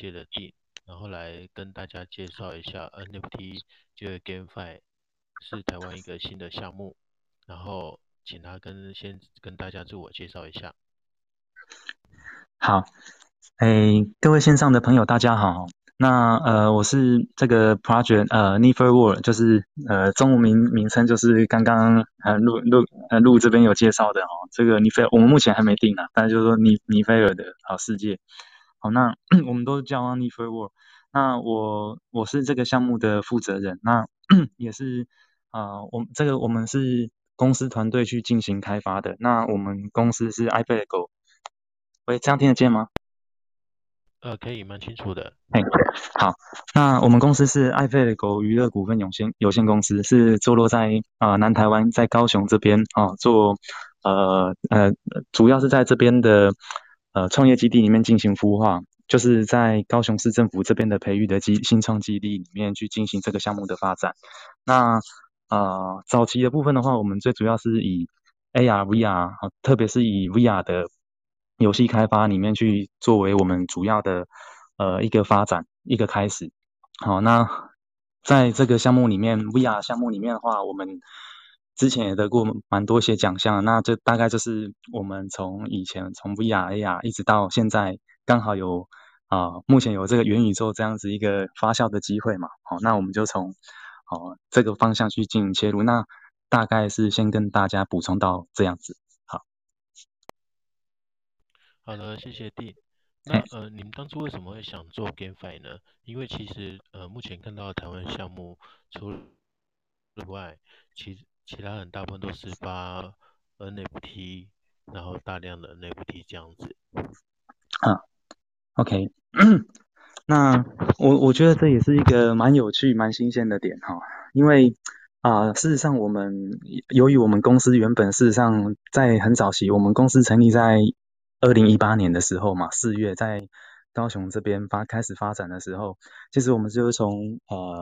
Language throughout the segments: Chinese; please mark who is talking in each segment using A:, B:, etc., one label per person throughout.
A: 界的 Dean，然后来跟大家介绍一下 NFT 这个 GameFi 是台湾一个新的项目，然后请他先跟大家自我介绍一下。
B: 好，各位线上的朋友，大家好。那我是这个 project Nefer World，就是中文名称就是刚刚录这边有介绍的哦。这个尼菲尔，我们目前还没定啊，但是就是说尼菲尔的世界。好，那我们都叫它 Nefer World。那我是这个项目的负责人，那也是我们是公司团队去进行开发的。那我们公司是 iPad Go。喂，这样听得见吗？
A: 可以蛮清楚的。
B: 嘿，好，那我们公司是爱飞狗娱乐股份有限公司，是坐落在南台湾，在高雄这边做呃呃，主要是在这边的创业基地里面进行孵化，就是在高雄市政府这边的培育的新创基地里面去进行这个项目的发展。那早期的部分的话，我们最主要是以 AR、VR，特别是以 VR 的游戏开发里面去作为我们主要的一个发展一个开始。好，那在这个项目里面，VR 项目里面的话，我们之前也得过蛮多些奖项。那这大概就是我们从以前从 VR、AR 一直到现在，刚好有目前有这个元宇宙这样子一个发酵的机会嘛。好，那我们就从这个方向去进行切入。那大概是先跟大家补充到这样子。好，
A: 好的，谢谢 Dean。那
B: 嘿，
A: 你们当初为什么会想做 GameFi 呢？因为其实目前看到的台湾项目除了之外，其他很大部分都是发 NFT，然后大量的 NFT 这样子。
B: 啊，OK，那我觉得这也是一个蛮有趣、蛮新鲜的点哈，因为事实上由于我们公司原本事实上在很早期，我们公司成立在2018年的时候嘛，4月在高雄这边开始发展的时候，其实我们就是从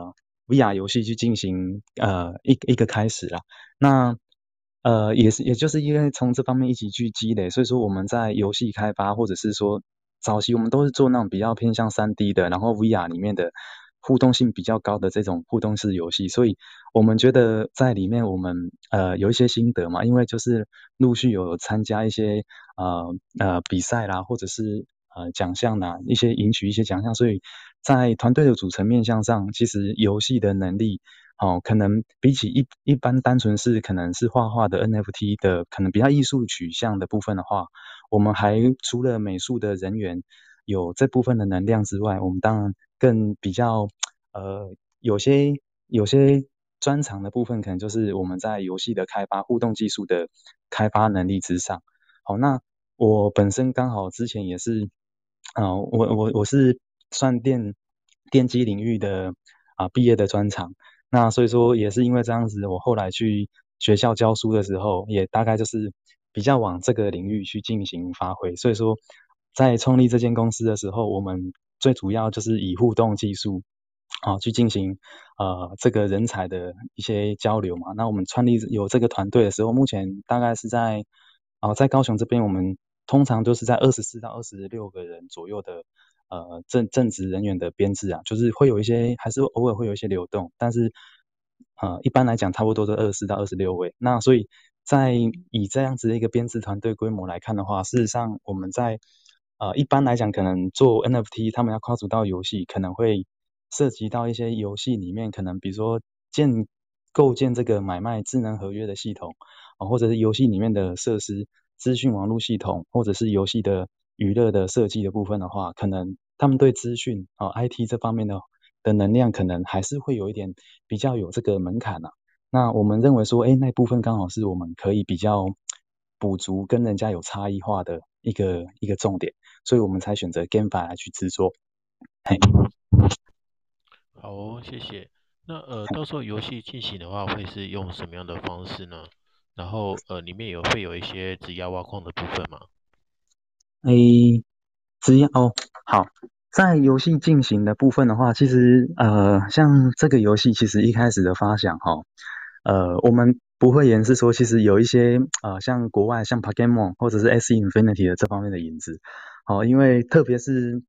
B: VR 游戏去进行一个开始啦。那也就是因为从这方面一起去积累，所以说我们在游戏开发或者是说早期我们都是做那种比较偏向3D 的，然后 VR 里面的互动性比较高的这种互动式游戏，所以我们觉得在里面我们有一些心得嘛，因为就是陆续有参加一些比赛啦，或者是奖项啦，赢取一些奖项，所以在团队的组成面向上，其实游戏的能力可能比起一般单纯是可能是画画的 NFT 的，可能比较艺术取向的部分的话，我们还除了美术的人员有这部分的能量之外，我们当然更比较有些专长的部分，可能就是我们在游戏的开发、互动技术的开发能力之上。好，那我本身刚好之前也是我是算电机领域的毕业的专长。那所以说也是因为这样子，我后来去学校教书的时候，也大概就是比较往这个领域去进行发挥。所以说，在创立这间公司的时候，我们最主要就是以互动技术去进行这个人才的一些交流嘛。那我们创立有这个团队的时候，目前大概是在高雄这边，我们通常都是在24到26个人左右的正职人员的编制啊，就是会有一些还是偶尔会有一些流动，但是一般来讲差不多都24到26位。那所以以这样子的一个编制团队规模来看的话，事实上我们在一般来讲可能做 NFT，他们要跨足到游戏，可能会涉及到一些游戏里面可能比如说构建这个买卖智能合约的系统或者是游戏里面的设施、资讯网络系统，或者是游戏的娱乐的设计的部分的话，可能他们对资讯IT 这方面的能量，可能还是会有一点比较有这个门槛啊。那我们认为说，那部分刚好是我们可以比较补足跟人家有差异化的一个重点，所以我们才选择 GameFi 来去制作。嘿，
A: 好哦，谢谢。那到时候游戏进行的话，会是用什么样的方式呢？然后里面会有一些质押挖矿的部分吗？
B: 诶，只要好，在游戏进行的部分的话，其实像这个游戏其实一开始的发想我们不会言是说，其实有一些像国外像 Pokemon 或者是 AC Infinity 的这方面的影子，因为特别是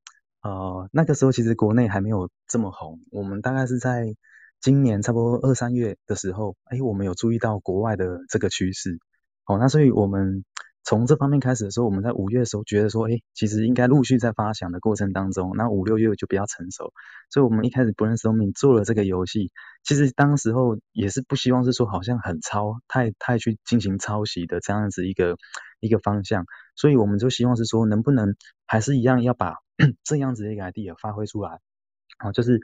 B: 那个时候其实国内还没有这么红，我们大概是在今年差不多2、3月的时候，我们有注意到国外的这个趋势。那所以我们从这方面开始的时候，我们在5月的时候觉得说，其实应该陆续在发想的过程当中，那5、6月就比较成熟，所以我们一开始 brainstorming 做了这个游戏。其实当时候也是不希望是说好像很太去进行抄袭的这样子一个方向，所以我们就希望是说能不能还是一样要把这样子的一个 idea 发挥出来，就是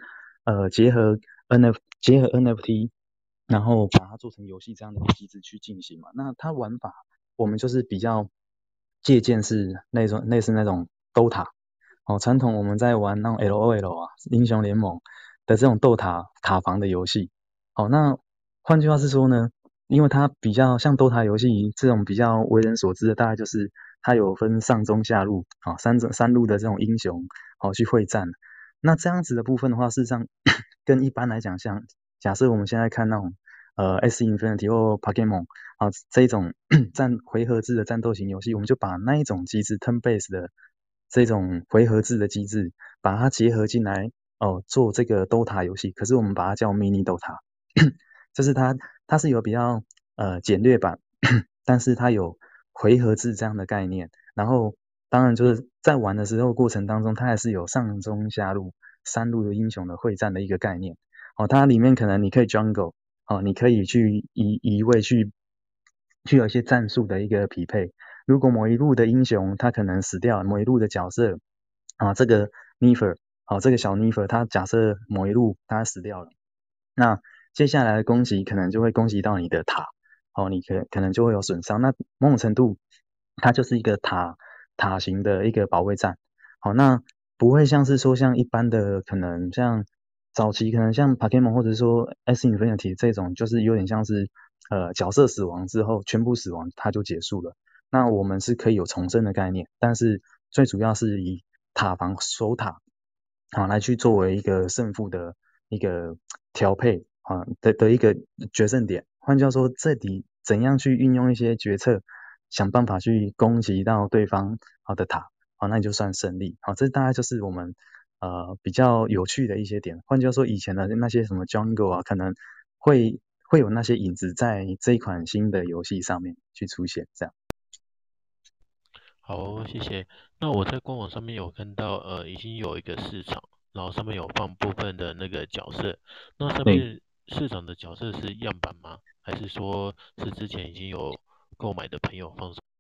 B: 结合 NFT，然后把它做成游戏这样的一个机制去进行嘛。那它玩法我们就是比较借鉴是那种类似那种 DOTA，传统我们在玩那种 LOL 啊，英雄联盟的这种斗塔防的游戏。那换句话是说呢，因为它比较像 DOTA 游戏这种比较为人所知的，大概就是它有分上中下路三路的这种英雄去会战。那这样子的部分的话，事实上跟一般来讲，像假设我们现在看那种SC Infinity 或 Pokemon 这一种回合制的战斗型游戏，我们就把那一种机制 turn base 的这种回合制的机制，把它结合进来做这个 DOTA 游戏，可是我们把它叫 mini DOTA， 就是它是有比较简略版，但是它有回合制这样的概念，然后当然就是在玩的时候过程当中，它还是有上中下路三路的英雄的会战的一个概念。它里面可能你可以 jungle，你可以去移位去有一些战术的一个匹配。如果某一路的英雄他可能死掉，某一路的角色这个 Nifer， 这个小 Nifer 他假设某一路他死掉了，那接下来的攻击可能就会攻击到你的塔，你可能就会有损伤。那某种程度它就是一个塔型的一个保卫战。那不会像是说像一般的可能像早期可能像 Pokemon 或者说 S Infinity 这种，就是有点像是角色死亡之后全部死亡它就结束了。那我们是可以有重生的概念，但是最主要是以塔防守塔来去作为一个胜负的一个调配的一个决胜点。换句话说，这里怎样去运用一些决策，想办法去攻击到对方的塔，那你就算胜利。这大概就是我们比较有趣的一些点。换句话说，以前的那些什么 Jungle 可能会有那些影子在这一款新的游戏上面去出现，这样。
A: 好，谢谢。那我在官网上面有看到，已经有一个市场，然后上面有放部分的那个角色。那上
B: 对，
A: 面市场的角色是样板吗？还是说是之前已经有购买的朋友放上？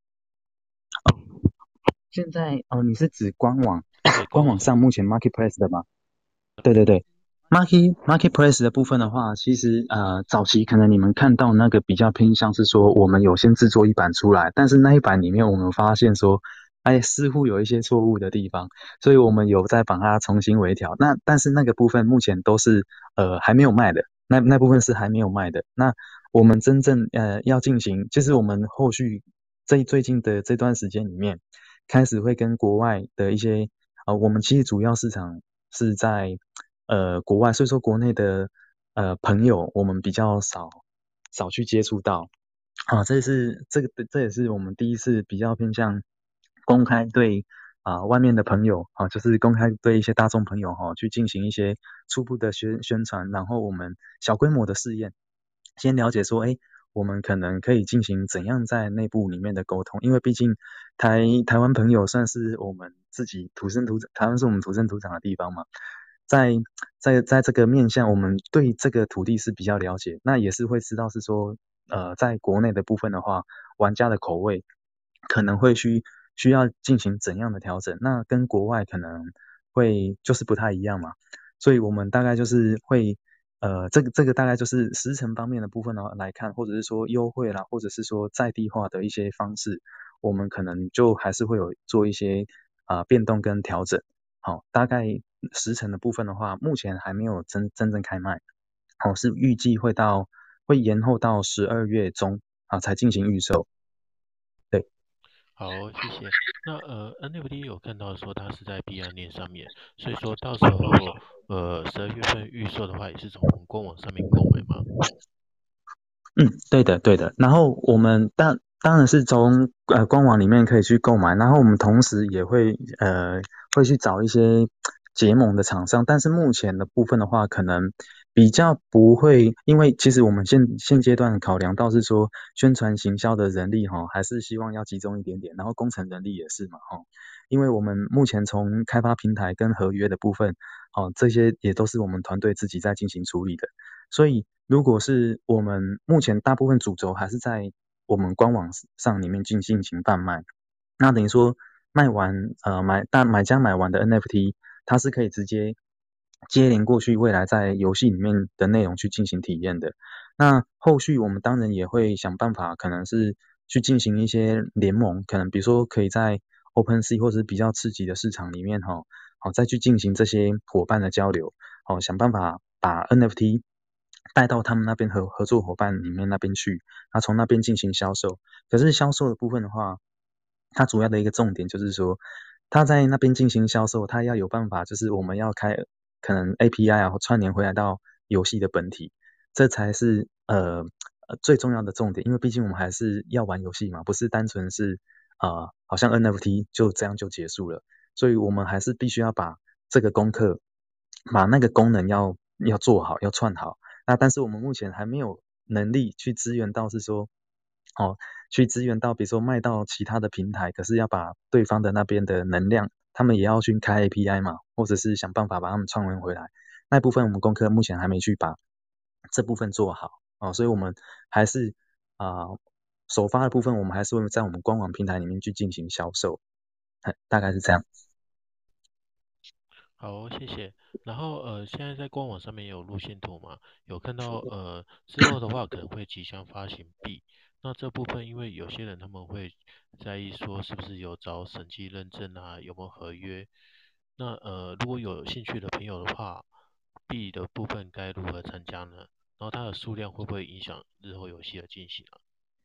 B: 现在你是指官网
A: 对，
B: 官
A: 官网上。
B: 网上目前 Marketplace 的吗？对对
A: 对。
B: 对。Marketplace 的部分的话，其实早期可能你们看到那个比较偏向是说，我们有先制作一版出来，但是那一版里面我们发现说，似乎有一些错误的地方，所以我们有在把它重新微调。但是那个部分目前都是还没有卖的，那部分是还没有卖的。那我们真正要进行，就是我们后续最近的这段时间里面，开始会跟国外的一些我们其实主要市场是在国外，所以说国内的朋友我们比较少去接触到这也是我们第一次比较偏向公开对外面的朋友就是公开对一些大众朋友去进行一些初步的宣传，然后我们小规模的试验，先了解说，我们可能可以进行怎样在内部里面的沟通，因为毕竟台湾朋友算是我们自己土生土长，台湾是我们土生土长的地方嘛，在在这个面向，我们对这个土地是比较了解，那也是会知道是说，在国内的部分的话，玩家的口味可能会需要进行怎样的调整，那跟国外可能会就是不太一样嘛，所以我们大概就是会。这个大概就是时程方面的部分呢来看，或者是说优惠啦，或者是说在地化的一些方式，我们可能就还是会有做一些变动跟调整。好，大概时程的部分的话，目前还没有真正开卖，是预计会延后到12月中才进行预售。对。
A: 好，谢谢。那NFT 有看到说它是在币安链上面，所以说到时候12月份预售的话，也是从官网上面购买吗？
B: 嗯，对的，对的。然后我们当然是从官网里面可以去购买，然后我们同时也会会去找一些结盟的厂商，但是目前的部分的话，可能比较不会，因为其实我们现阶段考量到是说宣传行销的人力哈，还是希望要集中一点点，然后工程人力也是嘛哈，因为我们目前从开发平台跟合约的部分，哦这些也都是我们团队自己在进行处理的，所以如果是我们目前大部分主轴还是在我们官网上里面进行贩卖，那等于说卖完买家买完的 NFT，它是可以直接接连过去未来在游戏里面的内容去进行体验的。那后续我们当然也会想办法，可能是去进行一些联盟，可能比如说可以在 OpenSea 或者是比较刺激的市场里面哈，好再去进行这些伙伴的交流，好想办法把 NFT 带到他们那边合作伙伴里面那边去，那从那边进行销售。可是销售的部分的话，它主要的一个重点就是说，它在那边进行销售，它要有办法，就是我们要开可能 API 啊，或串联回来到游戏的本体，这才是最重要的重点，因为毕竟我们还是要玩游戏嘛，不是单纯是好像 NFT 就这样就结束了，所以我们还是必须要把这个功课，把那个功能要做好，要串好。那但是我们目前还没有能力去支援到是说，哦，去支援到比如说卖到其他的平台，可是要把对方的那边的能量，他们也要去开 API 嘛，或者是想办法把他们串联回来。那部分我们功课目前还没去把这部分做好哦，所以我们还是首发的部分，我们还是会在我们官网平台里面去进行销售，大概是这样。
A: 好哦，谢谢。然后现在在官网上面也有路线图嘛，有看到之后的话可能会即将发行币。那这部分因为有些人他们会在意说是不是有找审计认证啊，有没有合约。那如果有兴趣的朋友的话，币的部分该如何参加呢？然后它的数量会不会影响日后游戏的进行啊？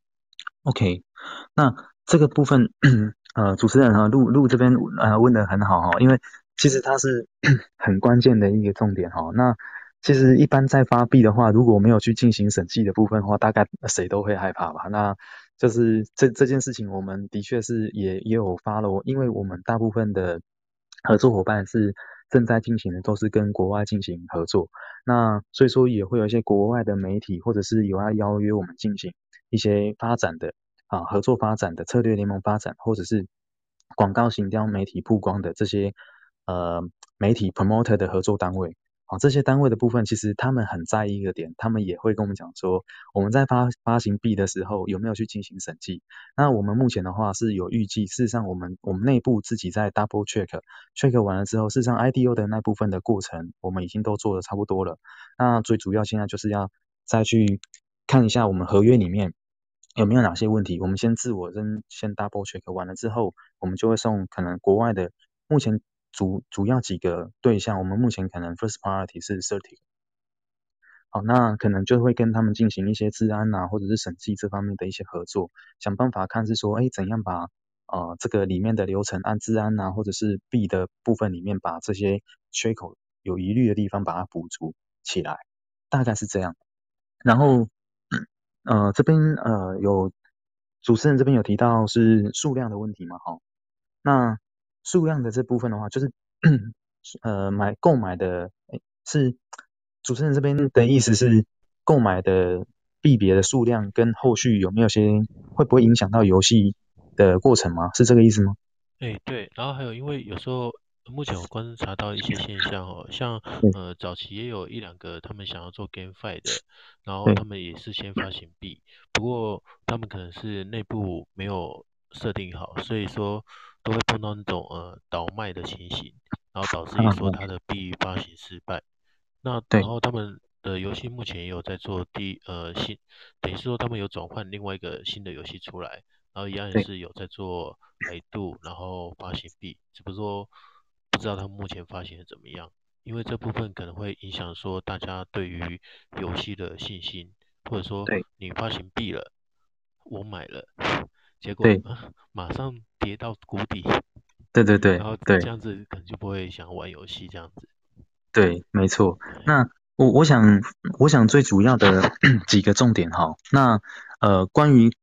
B: OK，那这个部分，主持人陆这边问的很好哈，因为其实它是很关键的一个重点哈。那其实一般在发币的话，如果没有去进行审计的部分的话，大概谁都会害怕吧。那就是这件事情，我们的确是也有发了，因为我们大部分的合作伙伴是正在进行的，都是跟国外进行合作。那所以说也会有一些国外的媒体或者是有要邀约我们进行一些发展的合作发展的策略联盟发展，或者是广告行销媒体曝光的这些呃媒体 promoter 的合作单位。这些单位的部分，其实他们很在意一个点，他们也会跟我们讲说，我们在发行币的时候有没有去进行审计。那我们目前的话是有预计，事实上我们内部自己在 double check 完了之后，事实上 IDO 的那部分的过程，我们已经都做的差不多了。那最主要现在就是要再去看一下我们合约里面有没有哪些问题，我们先自我先 double check 完了之后，我们就会送可能国外的目前主要几个对象，我们目前可能 first priority 是 Certic。好，那可能就会跟他们进行一些治安啊，或者是审计这方面的一些合作，想办法看是说，哎，怎样把这个里面的流程按治安啊，或者是币的部分里面把这些缺口有疑虑的地方把它补足起来，大概是这样。然后这边有主持人这边有提到是数量的问题嘛，哈，那数量的这部分的话，就是购买的是主持人这边的意思是购买的币别的数量跟后续有没有些会不会影响到游戏的过程吗？是这个意思吗？
A: 哎，对，然后还有，因为有时候目前我观察到一些现象哦，像
B: 对
A: 早期也有一两个他们想要做 GameFi 的，然后
B: 对，
A: 他们也是先发行币，不过他们可能是内部没有设定好，所以说都会碰到那种倒卖的情形，然后导致于说他的币发行失败。那然
B: 对
A: 后他们的游戏目前也有在做等于是说他们有转换另外一个新的游戏出来，然后一样也
B: 对
A: 是有在做百度，然后发行币，只不过说不知道他们目前发行的怎么样，因为这部分可能会影响说大家对于游戏的信心，或者说
B: 对
A: 你发行币了，我买了，结果
B: 对
A: 马上跌到谷底，
B: 对对对
A: 然后这
B: 对。
A: 样子可能就不会想玩游戏这样子。
B: 对，没错。那我想最主要的几个重点哈。那关于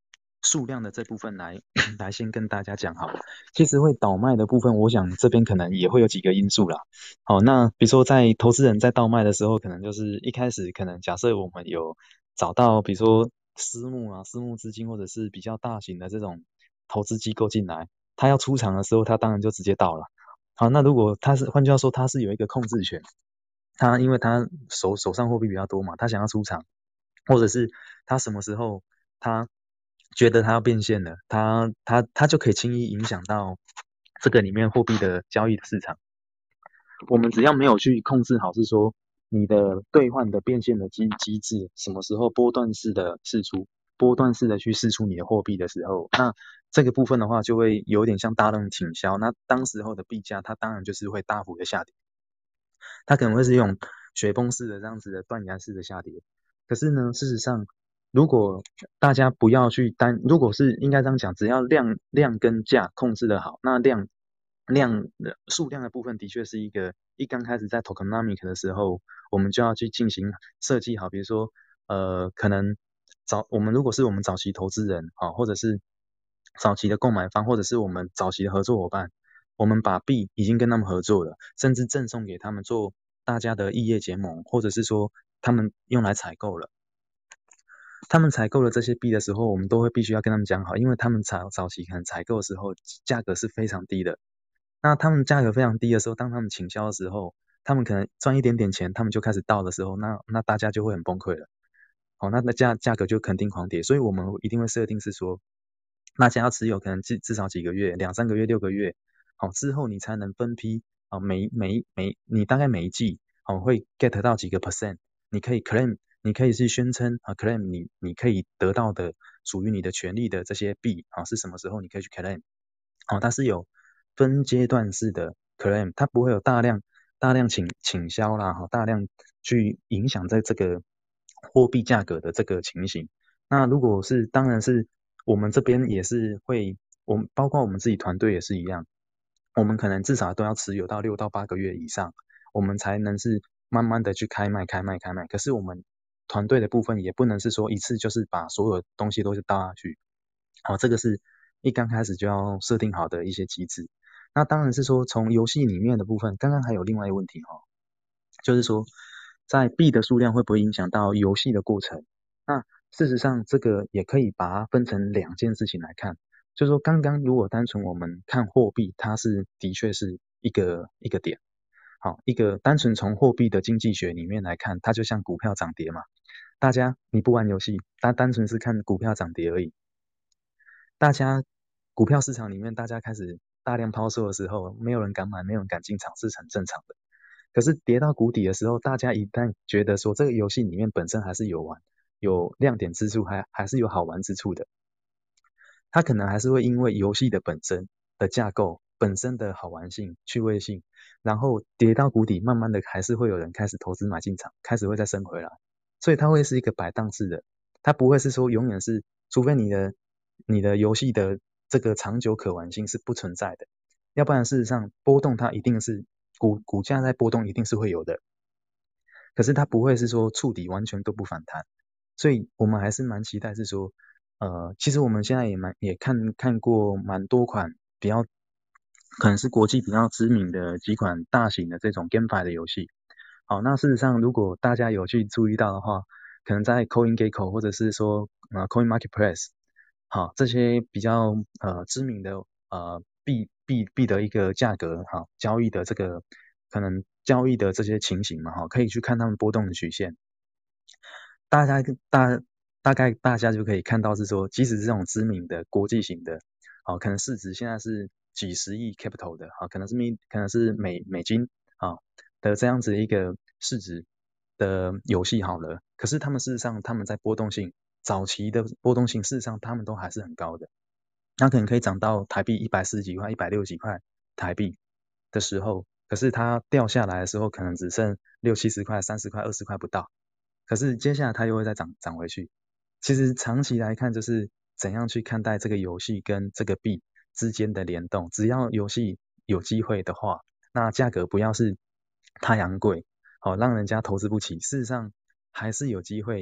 B: 数量的这部分来来先跟大家讲好了。其实会倒卖的部分，我想这边可能也会有几个因素啦。好，那比如说在投资人在倒卖的时候，可能就是一开始可能假设我们有找到比如说私募资金或者是比较大型的这种投资机构进来，他要出场的时候，他当然就直接倒了。好，那如果他是换句话说，他是有一个控制权，他因为他手上货币比较多嘛，他想要出场，或者是他什么时候他觉得他要变现了，他就可以轻易影响到这个里面货币的交易的市场。我们只要没有去控制好，是说你的兑换的变现的机制，什么时候波段式的释出，波段式的去释出你的货币的时候，那这个部分的话就会有点像大量倾销，那当时候的币价它当然就是会大幅的下跌，它可能会是用雪崩式的这样子的断崖式的下跌。可是呢，事实上，如果大家不要去如果是应该这样讲，只要量跟价控制的好，那量的数量的部分的确是一刚开始在 tokenomic 的时候，我们就要去进行设计好，比如说可能我们如果是我们早期投资人或者是早期的购买方，或者是我们早期的合作伙伴，我们把币已经跟他们合作了，甚至赠送给他们做大家的异业结盟，或者是说他们用来采购了。他们采购了这些币的时候，我们都会必须要跟他们讲好，因为他们早期可能采购的时候价格是非常低的。那他们价格非常低的时候，当他们倾销的时候，他们可能赚一点点钱，他们就开始倒的时候，那大家就会很崩溃了。好，那价格就肯定狂跌，所以我们一定会设定是说，大家要持有可能至少几个月，2、3个月、6个月，好之后你才能分批，你大概每一季会 get 到几个 percent，你可以 claim， 你可以去宣称claim 你可以得到的属于你的权利的这些币是什么时候你可以去 claim， 它是有分阶段式的 claim， 它不会有大量倾销啦，大量去影响在这个货币价格的这个情形。那如果是当然是我们这边也是会，包括我们自己团队也是一样，我们可能至少都要持有到6到8个月以上，我们才能是慢慢的去开卖。可是我们团队的部分也不能是说一次就是把所有东西都是倒下去，这个是一刚开始就要设定好的一些机制。那当然是说从游戏里面的部分，刚刚还有另外一个问题就是说在币的数量会不会影响到游戏的过程？那事实上这个也可以把它分成2件事情来看，就是说刚刚如果单纯我们看货币，它是的确是一个点，好，一个单纯从货币的经济学里面来看，它就像股票涨跌嘛。大家你不玩游戏，单纯是看股票涨跌而已。大家股票市场里面，大家开始大量抛售的时候，没有人敢买，没有人敢进场，是很正常的。可是跌到谷底的时候，大家一旦觉得说这个游戏里面本身还是有亮点之处，还是有好玩之处的，它可能还是会因为游戏的本身的架构、本身的好玩性、趣味性，然后跌到谷底，慢慢的还是会有人开始投资买进场，开始会再升回来，所以它会是一个摆荡式的，它不会是说永远是，除非你的游戏的这个长久可玩性是不存在的，要不然事实上波动它一定是股价在波动一定是会有的，可是它不会是说触底完全都不反弹，所以我们还是蛮期待是说，其实我们现在也看过蛮多款比较可能是国际比较知名的几款大型的这种 GameFi 的游戏。好，那事实上如果大家有去注意到的话，可能在 CoinGecko 或者是说Coin Marketplace，好，这些比较知名的币的一个价格交易的这个可能交易的这些情形嘛可以去看他们波动的曲线。大家大概大家就可以看到是说，即使是这种知名的国际型的，可能市值现在是几十亿 capital 的，可能是美金的这样子一个市值的游戏好了，可是他们事实上他们在波动性早期的波动性，事实上他们都还是很高的，那可能可以涨到台币140几块、160几块台币的时候，可是它掉下来的时候，可能只剩60、70块、30块、20块不到。可是接下来它又会再涨回去。其实长期来看，就是怎样去看待这个游戏跟这个币之间的联动。只要游戏有机会的话，那价格不要是太昂贵，让人家投资不起。事实上还是有机会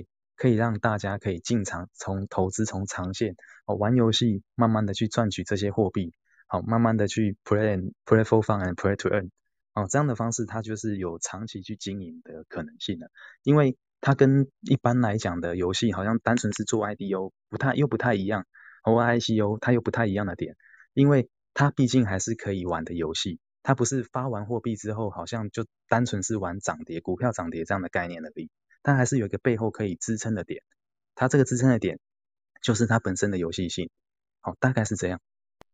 B: 可以让大家可以进场，从投资从长线玩游戏，慢慢的去赚取这些货币，慢慢的去 play for fun and play to earn。这样的方式它就是有长期去经营的可能性的，因为它跟一般来讲的游戏好像单纯是做 IDO 又不太一样，或 ICO 它又不太一样的点，因为它毕竟还是可以玩的游戏，它不是发完货币之后好像就单纯是玩涨跌股票涨跌这样的概念而已，它还是有一个背后可以支撑的点，它这个支撑的点就是它本身的游戏性，大概是这样。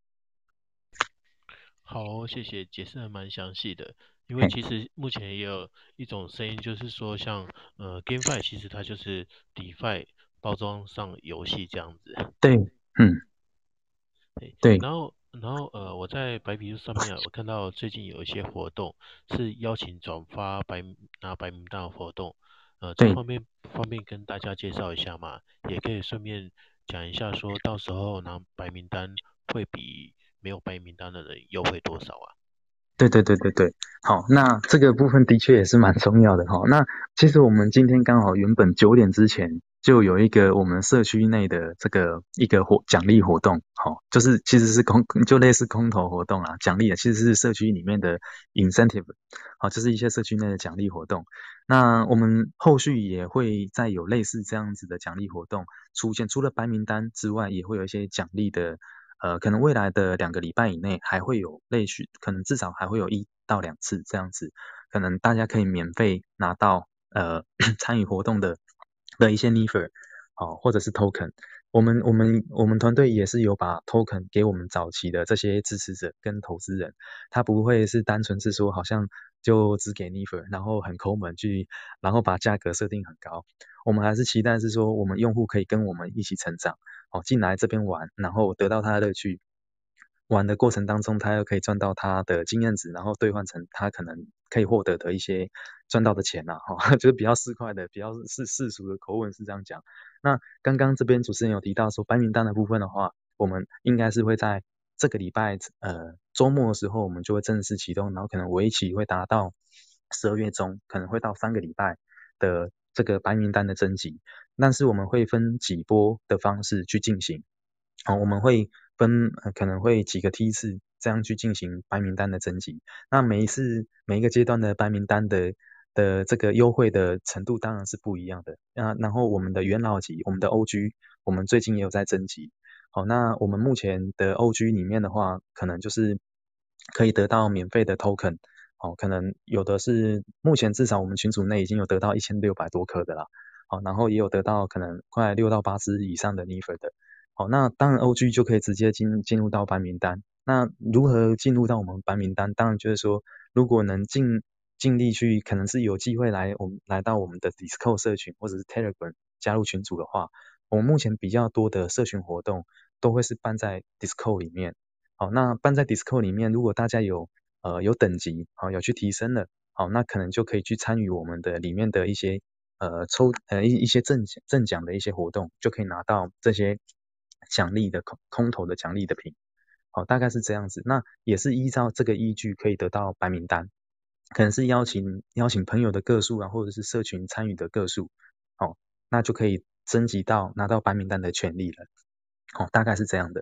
A: 好，谢谢，解释的蛮详细的。因为
B: 嘿，
A: 其实目前也有一种声音，就是说像GameFi 其实它就是 DeFi 包装上游戏这样子。
B: 对，
A: 对，
B: 对
A: 然后我在白皮书上面啊，我看到最近有一些活动是邀请转发拿白名单的活动，这
B: 对。
A: 方便跟大家介绍一下嘛？也可以顺便讲一下，说到时候拿白名单会比没有白名单的人优惠多少啊？
B: 对对对对对，好，那这个部分的确也是蛮重要的哈。那其实我们今天刚好原本9点之前就有一个我们社区内的这个一个奖励活动，好，就是其实是就类似空投活动啦，奖励的其实是社区里面的 incentive，好，就是一些社区内的奖励活动。那我们后续也会再有类似这样子的奖励活动出现，除了白名单之外，也会有一些奖励的。可能未来的2个礼拜以内还会有类似，可能至少还会有1到2次这样子，可能大家可以免费拿到参与活动的一些 NIFR 或者是 token。我们团队也是有把 token 给我们早期的这些支持者跟投资人，他不会是单纯是说好像就只给 NIFR，然后很抠门然后把价格设定很高。我们还是期待是说我们用户可以跟我们一起成长。进来这边玩，然后得到他的乐趣。玩的过程当中，他又可以赚到他的经验值，然后兑换成他可能可以获得的一些赚到的钱呐，就是比较市侩的，比较世俗的口吻是这样讲。那刚刚这边主持人有提到说白名单的部分的话，我们应该是会在这个礼拜周末的时候，我们就会正式启动，然后可能为期会达到12月中，可能会到3个礼拜的这个白名单的征集。但是我们会分几波的方式去进行，我们会分可能会几个梯次这样去进行白名单的征集。那每一个阶段的白名单的这个优惠的程度当然是不一样的。然后我们的元老级，我们的 OG，我们最近也有在征集。好，那我们目前的 OG 里面的话，可能就是可以得到免费的 token。可能有的是目前至少我们群组内已经有得到1600多颗的啦。好，然后也有得到可能快6到8只以上的 NIFR 的。好，那当然 OG 就可以直接进入到白名单。那如何进入到我们白名单？当然就是说，如果能尽力去，可能是有机会来到我们的 Discord 社群或者是 Telegram 加入群组的话，我们目前比较多的社群活动都会是办在 Discord 里面。好，那办在 Discord 里面，如果大家有等级，有去提升了，好，那可能就可以去参与我们的里面的一些一些赠奖的一些活动，就可以拿到这些奖励的空投的奖励的品。好，大概是这样子。那也是依照这个依据可以得到白名单，可能是邀请朋友的个数啊，或者是社群参与的个数，那就可以征集到拿到白名单的权利了。大概是这样的。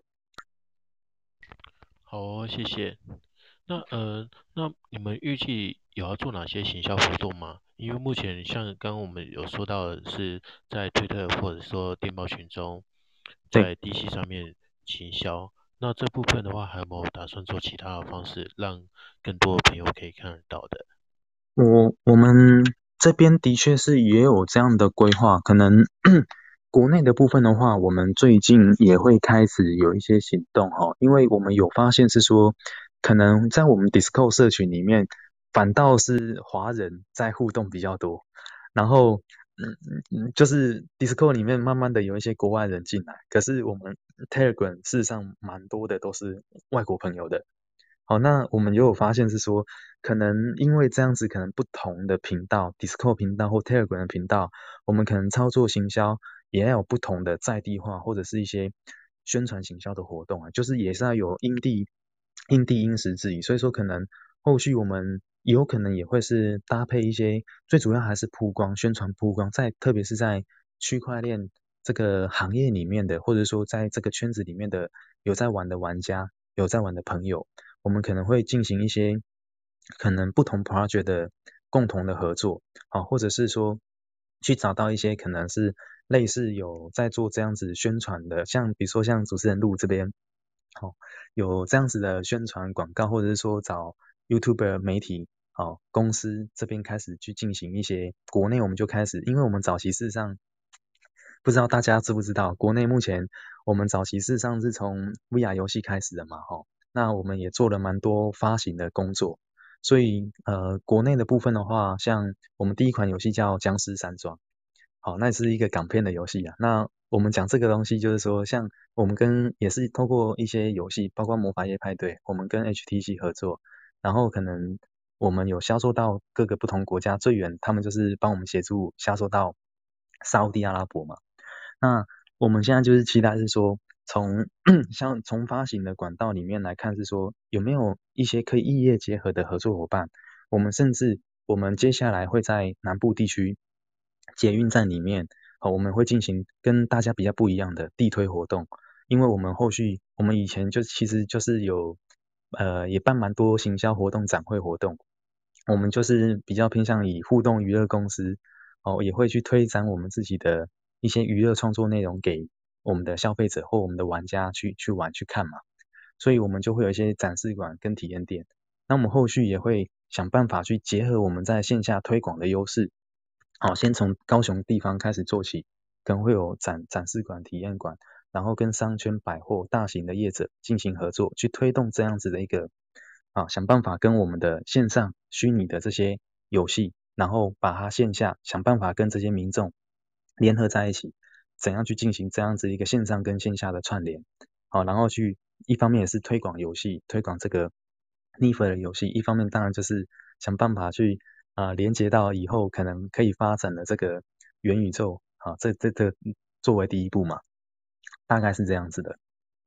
A: 好哦，谢谢。那你们预计有要做哪些行销活动吗？因为目前像刚刚我们有说到的是在推特或者说电报群中，
B: 对。
A: 在 DC 上面行销。那这部分的话，还有没有打算做其他的方式，让更多的朋友可以看得到的？
B: 我们这边的确是也有这样的规划，可能国内的部分的话，我们最近也会开始有一些行动因为我们有发现是说，可能在我们 Discord 社群里面，反倒是华人在互动比较多，然后就是 Discord 里面慢慢的有一些国外人进来，可是我们 Telegram 事实上蛮多的都是外国朋友的。好，那我们也有发现是说，可能因为这样子，可能不同的频道，Discord 频道或 Telegram 的频道，我们可能操作行销也要有不同的在地化或者是一些宣传行销的活动啊，就是也是要有因地因时制宜，所以说可能后续我们有可能也会是搭配一些，最主要还是曝光、宣传曝光，特别是在区块链这个行业里面的，或者说在这个圈子里面的有在玩的玩家，有在玩的朋友，我们可能会进行一些可能不同 project 的共同的合作，好，或者是说去找到一些可能是类似有在做这样子宣传的，像比如说像主持人录这边，好，有这样子的宣传广告，或者是说找 YouTuber 媒体，好，公司这边开始去进行一些，国内我们就开始，因为我们早期事实上不知道大家知不知道，国内目前我们早期事实上是从 VR 游戏开始的嘛，哈，那我们也做了蛮多发行的工作，所以国内的部分的话，像我们第一款游戏叫《僵尸山庄》，好，那是一个港片的游戏啊。那我们讲这个东西，就是说，像我们也是透过一些游戏，包括魔法夜派对，我们跟 HTC 合作，然后可能我们有销售到各个不同国家，最远他们就是帮我们协助销售到沙地阿拉伯嘛。那我们现在就是期待是说，像从发行的管道里面来看，是说有没有一些可以异业结合的合作伙伴。我们接下来会在南部地区捷运站里面，我们会进行跟大家比较不一样的地推活动，因为我们以前其实就是也办蛮多行销活动、展会活动，我们就是比较偏向以互动娱乐公司，也会去推展我们自己的一些娱乐创作内容给我们的消费者或我们的玩家去玩去看嘛，所以我们就会有一些展示馆跟体验店。那我们后续也会想办法去结合我们在线下推广的优势，好，先从高雄地方开始做起，可能会有展示馆、体验馆，然后跟商圈百货大型的业者进行合作，去推动这样子的一个想办法跟我们的线上虚拟的这些游戏，然后把它线下想办法跟这些民众联合在一起，怎样去进行这样子一个线上跟线下的串联，好，然后一方面也是推广游戏，推广这个 NIF 的游戏，一方面当然就是想办法去连接到以后可能可以发展的这个元宇宙，这作为第一步嘛，大概是这样子的。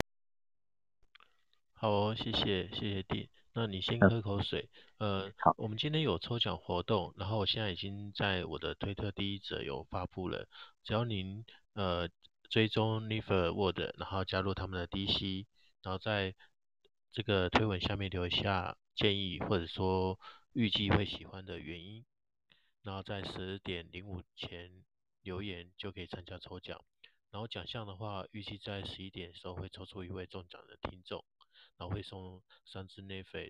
A: 好哦，谢谢弟。那你先
B: 嗯，
A: 喝口水。
B: 好，
A: 我们今天有抽奖活动，然后我现在已经在我的推特第一则有发布了。只要您追踪 n i f e Word，然后加入他们的 DC，然后在这个推文下面留下建议或者说预计会喜欢的原因，然后在10:05前留言就可以参加抽奖。然后奖项的话，预计在11点的时候会抽出一位中奖的听众。然后会送3支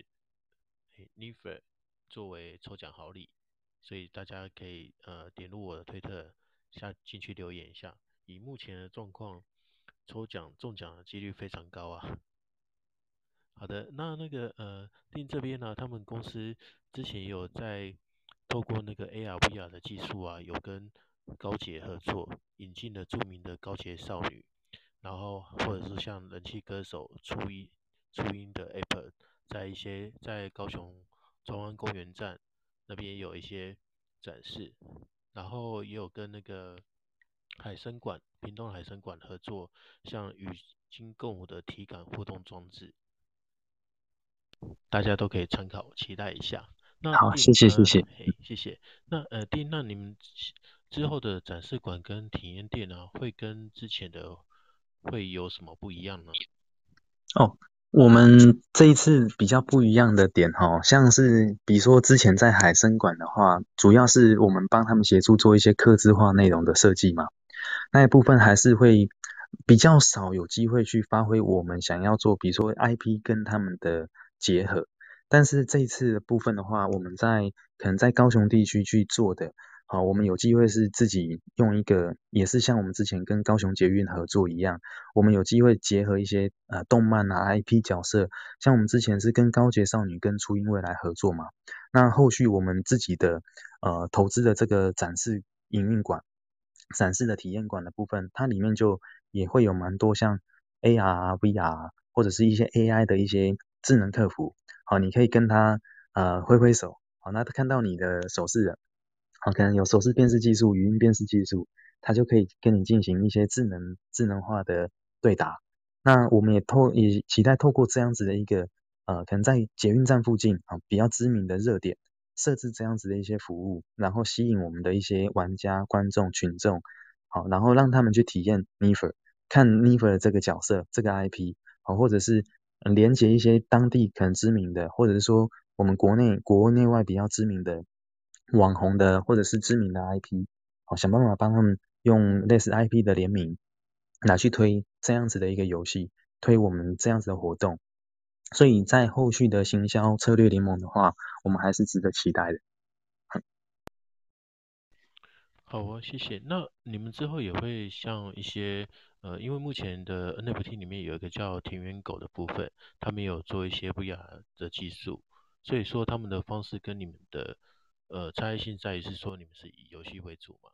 A: Nefe 作为抽奖好礼，所以大家可以点入我的推特进去留言一下。以目前的状况，抽奖中奖的几率非常高啊。好的，那个定这边呢，他们公司之前也有在透过那个 AR VR 的技术啊，有跟高捷合作，引进了著名的高捷少女，然后或者是像人气歌手初音的 App，在高雄中央公园站那边有一些展示，然后也有跟那个屏东海参馆合作，像与鲸共舞的体感互动装置，大家都可以参考，期待一下。那
B: 好，谢谢谢谢。
A: 嘿，谢谢。那丁，那你们之后的展示馆跟体验店啊，会跟之前的会有什么不一样呢？
B: 哦，我们这一次比较不一样的点像是比如说之前在海参馆的话，主要是我们帮他们协助做一些客制化内容的设计嘛，那一部分还是会比较少有机会去发挥我们想要做，比如说 IP 跟他们的结合。但是这一次的部分的话，可能在高雄地区去做的，好，我们有机会是自己用一个，也是像我们之前跟高雄捷运合作一样，我们有机会结合一些动漫啊 IP 角色，像我们之前是跟高捷少女跟初音未来合作嘛，那后续我们自己的投资的这个展示营运馆。展示的体验馆的部分，它里面就也会有蛮多像 AR、VR 或者是一些 AI 的一些智能客服，好，你可以跟它挥挥手，好，那它看到你的手势了，好，可能有手势辨识技术、语音辨识技术，它就可以跟你进行一些智能化的对答。那我们也期待透过这样子的一个可能在捷运站附近比较知名的热点。设置这样子的一些服务，然后吸引我们的一些玩家、观众、群众好，然后让他们去体验 Nefer，看 Nefer 的这个角色，这个 IP，好，或者是连接一些当地可能知名的，或者是说我们国内外比较知名的网红的，或者是知名的 IP，好，想办法帮他们用类似 IP 的联名，拿去推这样子的一个游戏，推我们这样子的活动。所以在后续的行销策略联盟的话，我们还是值得期待的。
A: 好啊，谢谢。那你们之后也会像一些因为目前的 NFT 里面有一个叫田园狗的部分，他们有做一些 VR 的技术，所以说他们的方式跟你们的差异性在于是说你们是以游戏为主嘛？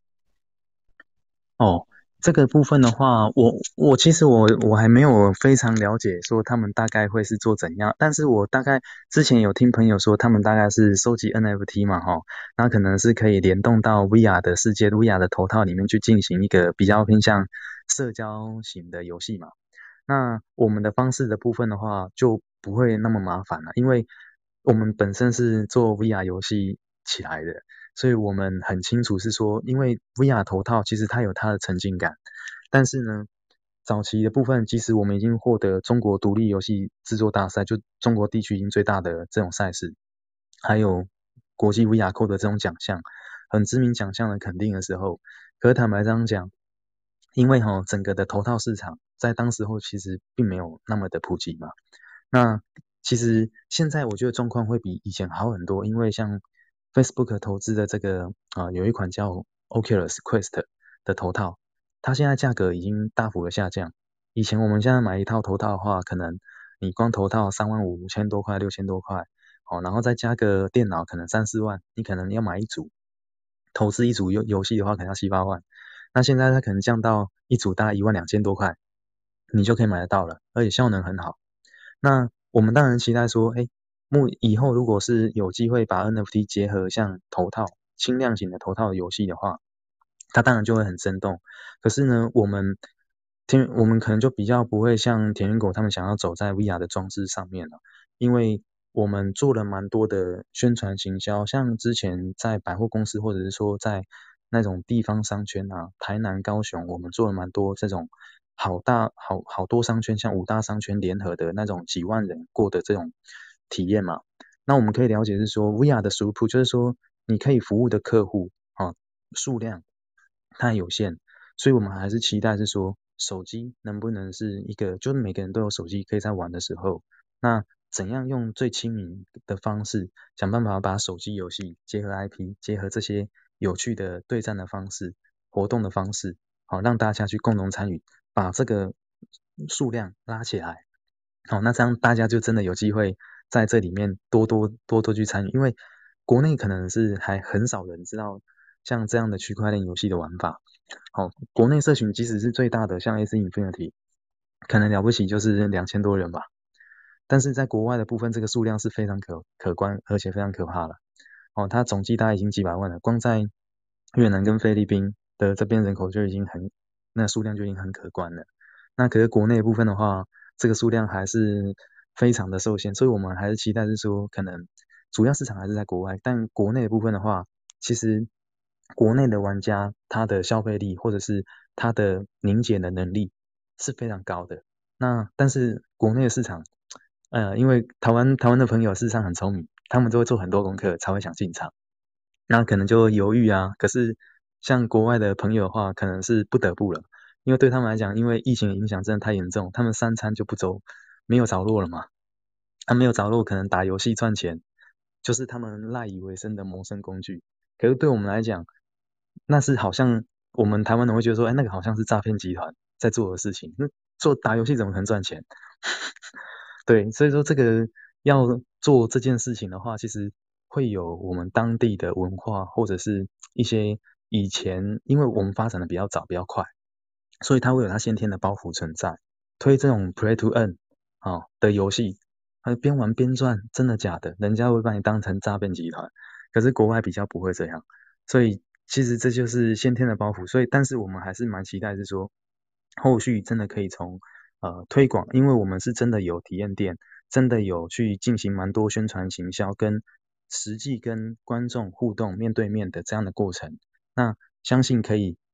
B: 哦，这个部分的话，我其实我还没有非常了解说他们大概会是做怎样，但是我大概之前有听朋友说他们大概是收集 NFT 嘛，哈，那可能是可以联动到 VR 的世界、VR 的头套里面去进行一个比较偏向社交型的游戏嘛。那我们的方式的部分的话，就不会那么麻烦了，因为我们本身是做 VR 游戏起来的，所以我们很清楚是说，因为 VR 头套其实它有它的沉浸感，但是呢，早期的部分，即使我们已经获得中国独立游戏制作大赛，就中国地区已经最大的这种赛事，还有国际 VR Code 的这种奖项，很知名奖项的肯定的时候，可是坦白这样讲，因为整个的头套市场在当时候其实并没有那么的普及嘛。那其实现在我觉得状况会比以前好很多，因为像 Facebook 投资的这个有一款叫 Oculus Quest 的头套，它现在价格已经大幅的下降。以前我们现在买一套头套的话，可能你光头套3万5、5000多块、6000多块，然后再加个电脑，可能3、4万，你可能要买一组，投资一组游戏的话，可能要7、8万。那现在它可能降到一组大概12000多块，你就可以买得到了，而且效能很好。那我们当然期待说，以后如果是有机会把 NFT 结合像头套、轻量型的头套的游戏的话，它当然就会很生动。可是呢，我们可能就比较不会像田园狗他们想要走在 VR 的装置上面了，因为我们做了蛮多的宣传行销，像之前在百货公司或者是说在那种地方商圈啊，台南、高雄，我们做了蛮多这种好多商圈，像5大商圈联合的那种几万人过的这种体验嘛。那我们可以了解是说，VR 的 throughput 就是说你可以服务的客户数量太有限，所以我们还是期待是说，手机能不能是一个，就是每个人都有手机可以在玩的时候，那怎样用最亲民的方式，想办法把手机游戏结合 IP，结合这些有趣的对战的方式、活动的方式，好让大家去共同参与，把这个数量拉起来。好，那这样大家就真的有机会在这里面多去参与，因为国内可能是还很少人知道像这样的区块链游戏的玩法。好，国内社群即使是最大的，像 AC Infinity，可能了不起就是2000多人吧。但是在国外的部分，这个数量是非常可观，而且非常可怕的。它总计大概已经几百万了，光在越南跟菲律宾的这边人口就已经那数量就已经很可观了。那可是国内部分的话，这个数量还是非常的受限，所以我们还是期待是说，可能主要市场还是在国外，但国内的部分的话，其实国内的玩家他的消费力或者是他的凝结的能力是非常高的。但是国内的市场，因为台湾的朋友事实上很聪明，他们都会做很多功课才会想进场，那可能就会犹豫啊。可是像国外的朋友的话，可能是不得不了，因为对他们来讲，因为疫情的影响真的太严重，他们3餐就不走，没有着落了嘛。他没有着落，可能打游戏赚钱，就是他们赖以为生的谋生工具。可是对我们来讲，那是好像我们台湾人会觉得说，那个好像是诈骗集团在做的事情。那打游戏怎么可能赚钱？对，所以说这个要做这件事情的话，其实会有我们当地的文化，或者是一些以前，因为我们发展的比较早、比较快，所以它会有它先天的包袱存在。推这种 Play to Earn 的游戏，边玩边赚，真的假的？人家会把你当成诈骗集团。可是国外比较不会这样，所以其实这就是先天的包袱。所以，但是我们还是蛮期待是说，后续真的可以从推广，因为我们是真的有体验店，真的有去进行蛮多宣传行销，跟实际跟观众互动面对面的这样的过程。那相信可以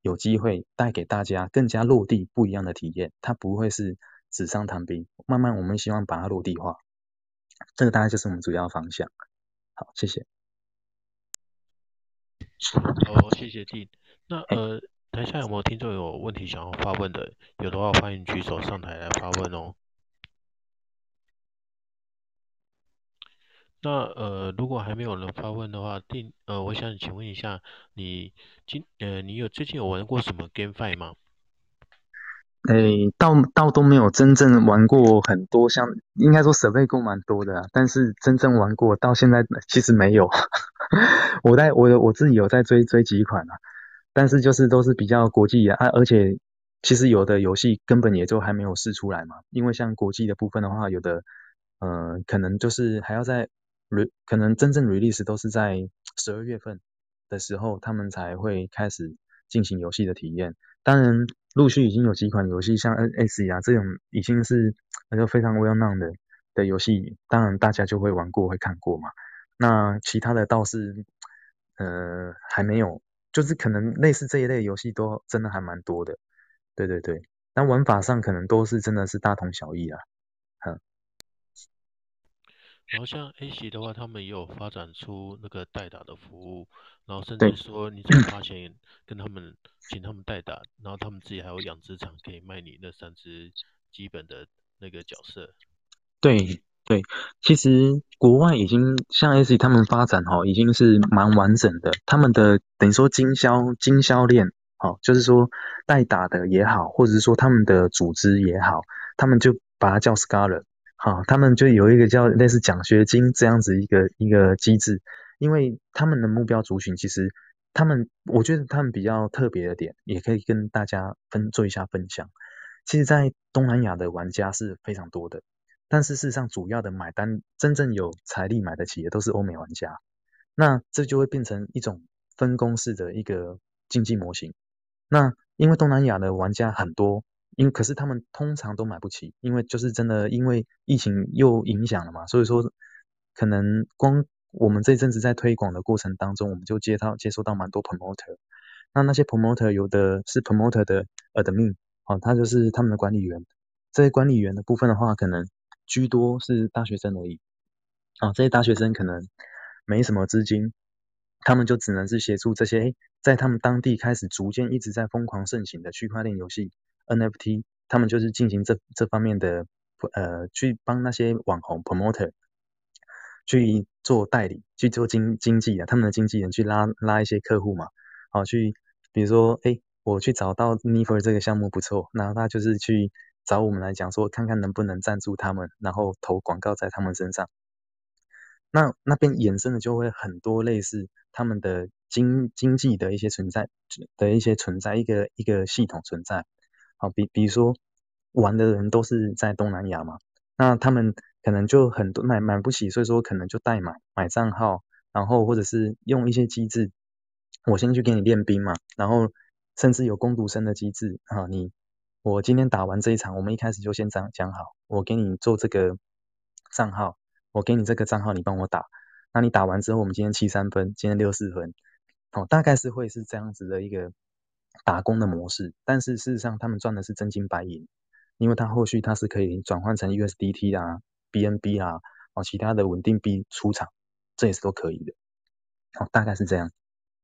B: 有机会带给大家更加落地不一样的体验，它不会是纸上谈兵，慢慢我们希望把它落地化，这个大概就是我们主要方向。好，谢谢。
A: 好，谢谢 Dean。那
B: 嘿，
A: 台下有没有听众有问题想要发问的？有的话欢迎举手上台来发问哦。那如果还没有人发问的话，我想请问一下，你最近有玩过什么 GameFi 吗？
B: 倒都没有真正玩过很多像，应该说 survey 过蛮多的啊，但是真正玩过到现在其实没有。我自己有在追几款啊，但是就是都是比较国际的啊，而且其实有的游戏根本也就还没有试出来嘛，因为像国际的部分的话，有的可能就是还要可能真正 release 都是在12月份的时候，他们才会开始进行游戏的体验。当然，陆续已经有几款游戏，像 NS 啊这种已经是就非常 well known 的游戏，当然大家就会玩过，会看过嘛。那其他的倒是还没有，就是可能类似这一类游戏都真的还蛮多的。对对对，但玩法上可能都是真的是大同小异啊。嗯，
A: 然后像 A 系的话，他们也有发展出那个代打的服务，然后甚
B: 对。
A: 至说你只要花钱跟他们请他们代打，然后他们自己还有养殖场可以卖你那3只基本的那个角色。
B: 对对，其实国外已经像 AC 他们发展已经是蛮完整的，他们的等于说经销链，就是说代打的也好，或者是说他们的组织也好，他们就把它叫 Scholar，他们就有一个叫类似奖学金这样子一个机制，因为他们的目标族群其实我觉得他们比较特别的点，也可以跟大家做一下分享。其实，在东南亚的玩家是非常多的。但是事实上，主要的买单真正有财力买得起的都是欧美玩家，那这就会变成一种分公式的一个经济模型。那因为东南亚的玩家很多，可是他们通常都买不起，因为就是真的因为疫情又影响了嘛，所以说可能光我们这一阵子在推广的过程当中，我们就接收到蛮多 promoter，那些 promoter 有的是 promoter 的admin，他就是他们的管理员。这些管理员的部分的话，可能居多是大学生而已。这些大学生可能没什么资金，他们就只能是协助这些在他们当地开始逐渐一直在疯狂盛行的区块链游戏 NFT，他们就是进行这方面的去帮那些网红 promoter 去做代理，去做经纪啊，他们的经纪人去拉一些客户嘛，去比如说我去找到 Never 这个项目不错，然后他就是去找我们来讲说，看看能不能赞助他们，然后投广告在他们身上。那边衍生的就会很多类似他们的经济的一些存在一个系统存在。好，比如说玩的人都是在东南亚嘛，那他们可能就很多买不起，所以说可能就代买账号，然后或者是用一些机制，我先去给你练兵嘛，然后甚至有工读生的机制啊，我今天打完这一场，我们一开始就先讲好，我给你做这个账号，我给你这个账号，你帮我打，那你打完之后，我们今天73分，今天64分，大概是会是这样子的一个打工的模式，但是事实上他们赚的是真金白银，因为它后续它是可以转换成 USDT 啦、BNB 啦，其他的稳定币出场，这也是都可以的，大概是这样。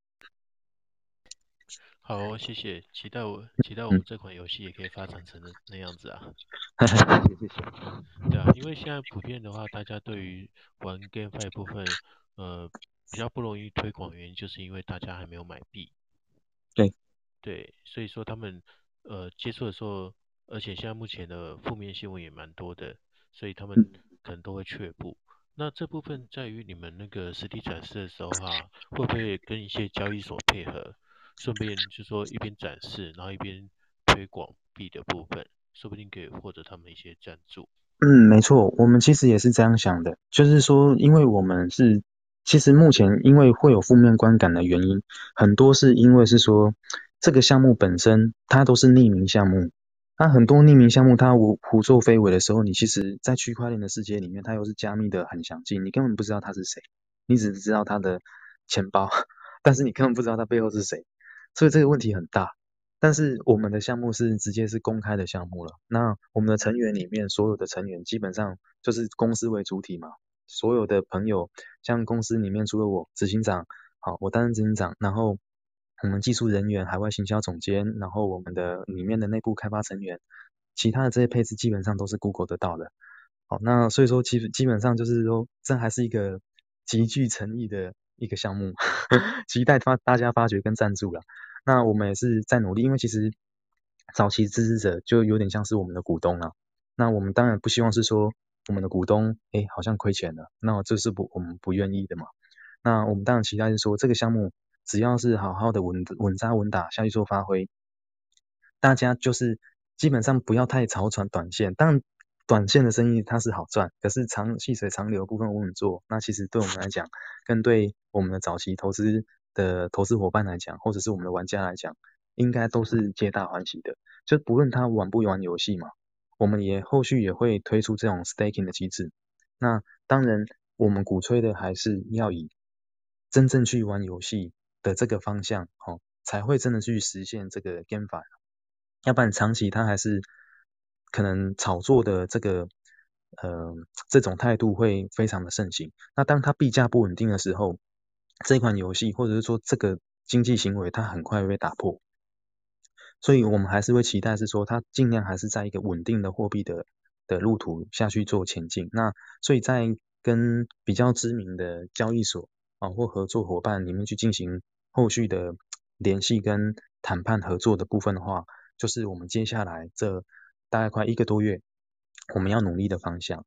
A: 好，谢谢，期待我
B: 嗯，
A: 们这款游戏也可以发展成那样子啊。
B: 谢谢谢谢。
A: 对啊，因为现在普遍的话，大家对于玩 GameFi 部分，比较不容易推广，原因就是因为大家还没有买币。
B: 对，
A: 对，所以说他们接触的时候，而且现在目前的负面新闻也蛮多的，所以他们
B: 嗯。
A: 可能都会却步。那这部分在于你们那个实体展示的时候哈，会不会跟一些交易所配合，顺便就说一边展示，然后一边推广币的部分，说不定可以获得他们一些赞助。
B: 没错，我们其实也是这样想的，就是说，因为我们其实目前因为会有负面观感的原因，很多是因为是说这个项目本身它都是匿名项目，它很多匿名项目它胡作非为的时候，你其实在区块链的世界里面，它又是加密的很详尽，你根本不知道他是谁，你只知道他的钱包，但是你根本不知道他背后是谁，所以这个问题很大。 但是我们的项目是直接是公开的项目了，那我们的成员里面所有的成员基本上就是公司为主体嘛，所有的朋友，像公司里面除了我执行长，好，我担任执行长，然后我们技术人员、海外行销总监，然后我们的里面的内部开发成员，其他的这些配置基本上都是 Google 得到的。好，那所以说基本上就是说，这还是一个极具诚意的一个项目，期待大家发掘跟赞助啦。那我们也是在努力，因为其实早期支持者就有点像是我们的股东啦。那我们当然不希望是说我们的股东好像亏钱了，那这是我们不愿意的嘛。那我们当然期待是说这个项目只要是好好的稳扎稳打下去做发挥，大家就是基本上不要太炒短线。当然短线的生意它是好赚，可是细水长流的部分我们做，那其实对我们来讲，跟对我们的早期投资伙伴来讲，或者是我们的玩家来讲，应该都是皆大欢喜的。就不论他玩不玩游戏嘛，我们也后续也会推出这种 staking 的机制。那当然，我们鼓吹的还是要以真正去玩游戏的这个方向，才会真的去实现这个 GameFi。要不然长期它还是可能炒作的这种态度会非常的盛行。那当它币价不稳定的时候，这款游戏或者是说这个经济行为它很快会被打破。所以我们还是会期待是说它尽量还是在一个稳定的货币的路途下去做前进。那所以在跟比较知名的交易所或合作伙伴里面去进行后续的联系跟谈判合作的部分的话，就是我们接下来这大概快1个多月我们要努力的方向。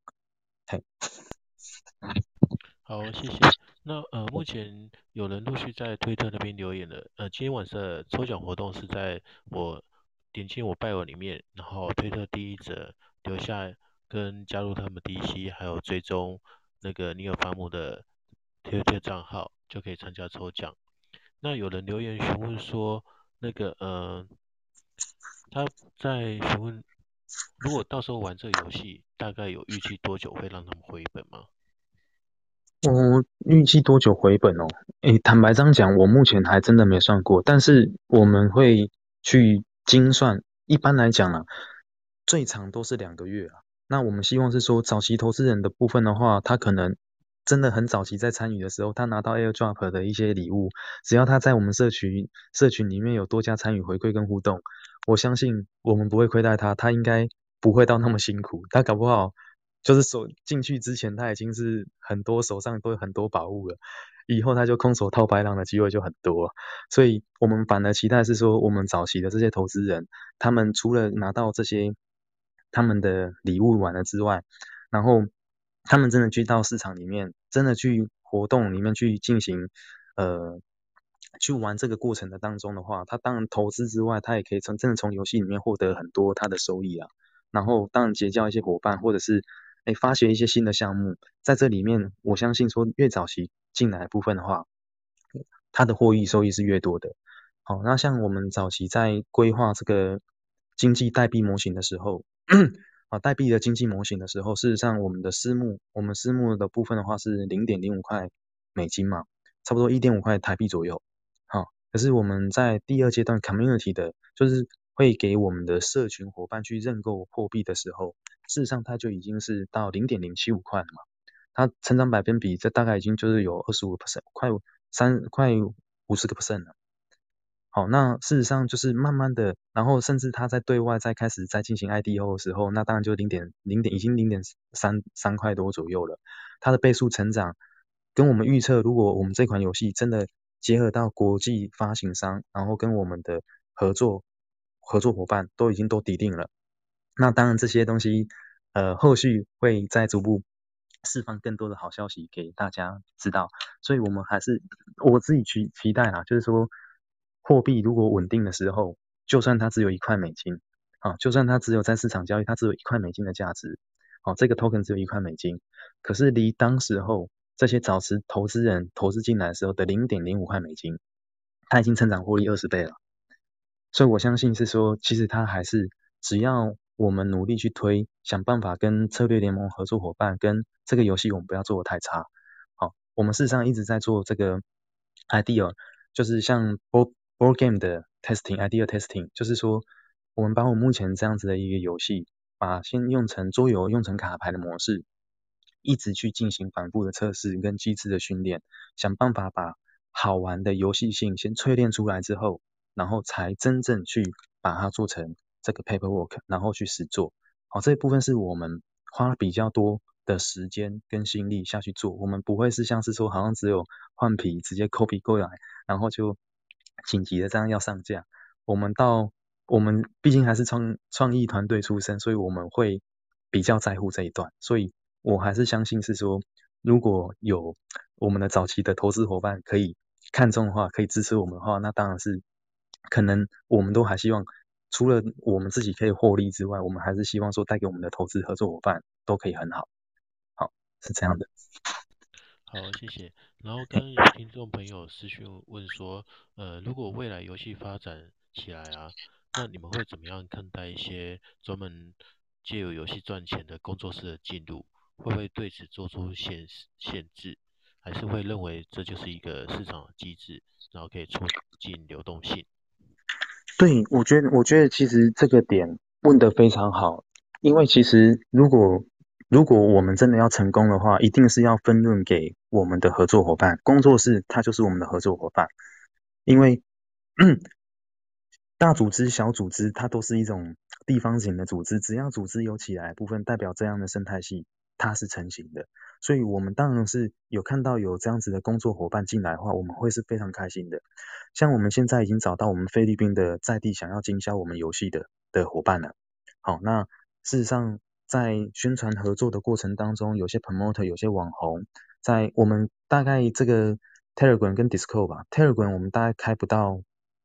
A: 好，谢谢。那目前有人陆续在推特那边留言了。今天晚上的抽奖活动是在我点进我 bio 里面，然后推特第一则留下跟加入他们 DC，还有追踪那个尼尔法姆的推特账号，就可以参加抽奖。那有人留言询问说，那个他在询问，如果到时候玩这个游戏，大概有预计多久会让他们回本吗？
B: 我预计多久回本哦？坦白这样讲，我目前还真的没算过，但是我们会去精算。一般来讲啊，最长都是2个月啊。那我们希望是说，早期投资人的部分的话，他可能真的很早期在参与的时候，他拿到 AirDrop 的一些礼物，只要他在我们社群里面有多加参与回馈跟互动，我相信我们不会亏待他，他应该不会到那么辛苦，他搞不好。就是进去之前，他已经是手上都有很多宝物了，以后他就空手套白狼的机会就很多。所以我们反而期待是说，我们早期的这些投资人，他们除了拿到这些他们的礼物完了之外，然后他们真的去到市场里面，真的去活动里面去进行去玩这个过程的当中的话，他当然投资之外，他也可以真的从游戏里面获得很多他的收益啊。然后当然结交一些伙伴，或者是发掘一些新的项目，在这里面我相信说越早期进来的部分的话，它的获益收益是越多的。好，那像我们早期在规划这个经济代币模型的时候，代币的经济模型的时候，事实上我们私募的部分的话是0.05块美金嘛，差不多1.5块台币左右。好，可是我们在第二阶段 community 的，就是会给我们的社群伙伴去认购货币的时候，事实上它就已经是到0.075块了嘛。它成长百分比，这大概已经就是有25%，快50%了。好，那事实上就是慢慢的，然后甚至它在对外开始进行 IDO 的时候，那当然就已经0.33块多左右了。它的倍数成长，跟我们预测，如果我们这款游戏真的结合到国际发行商，然后跟我们的合作伙伴都已经抵定了，那当然这些东西，后续会再逐步释放更多的好消息给大家知道。所以我们还是我自己期待啦，就是说货币如果稳定的时候，就算它只有1块美金，就算它只有在市场交易，它只有1块美金的价值，这个 token 只有1块美金，可是离当时候这些早期投资人投资进来的时候的0.05块美金，它已经成长获利20倍了。所以我相信是说，其实它还是只要我们努力去推，想办法跟策略联盟合作伙伴，跟这个游戏我们不要做的太差。好，我们事实上一直在做这个 idea，就是像board game 的 idea testing，就是说我们把我目前这样子的一个游戏，先用成桌游、用成卡牌的模式，一直去进行反复的测试跟机制的训练，想办法把好玩的游戏性先淬炼出来之后，然后才真正去把它做成这个 paperwork，然后去实做。好，这一部分是我们花了比较多的时间跟心力下去做，我们不会是像是说好像只有换皮直接 copy 过来，然后就紧急的这样要上架。我们毕竟还是创意团队出身，所以我们会比较在乎这一段，所以我还是相信是说，如果有我们的早期的投资伙伴可以看中的话，可以支持我们的话，那当然是可能我们都还希望，除了我们自己可以获利之外，我们还是希望说带给我们的投资合作伙伴都可以很好，好，是这样的。
A: 好，谢谢。然后刚刚有听众朋友私讯问说，如果未来游戏发展起来啊，那你们会怎么样看待一些专门借由游戏赚钱的工作室的进入？会不会对此做出限制？还是会认为这就是一个市场的机制，然后可以促进流动性？
B: 对，我觉得其实这个点问得非常好，因为其实如果我们真的要成功的话，一定是要分润给我们的合作伙伴，工作室它就是我们的合作伙伴，因为大组织、小组织它都是一种地方型的组织，只要组织有起来的部分，代表这样的生态系它是成型的，所以我们当然是有看到有这样子的工作伙伴进来的话，我们会是非常开心的。像我们现在已经找到我们菲律宾的在地想要经销我们游戏的伙伴了。好，那事实上在宣传合作的过程当中，有些 promoter，有些网红，在我们大概这个 Telegram 跟 Discord 吧，Telegram 我们大概开不到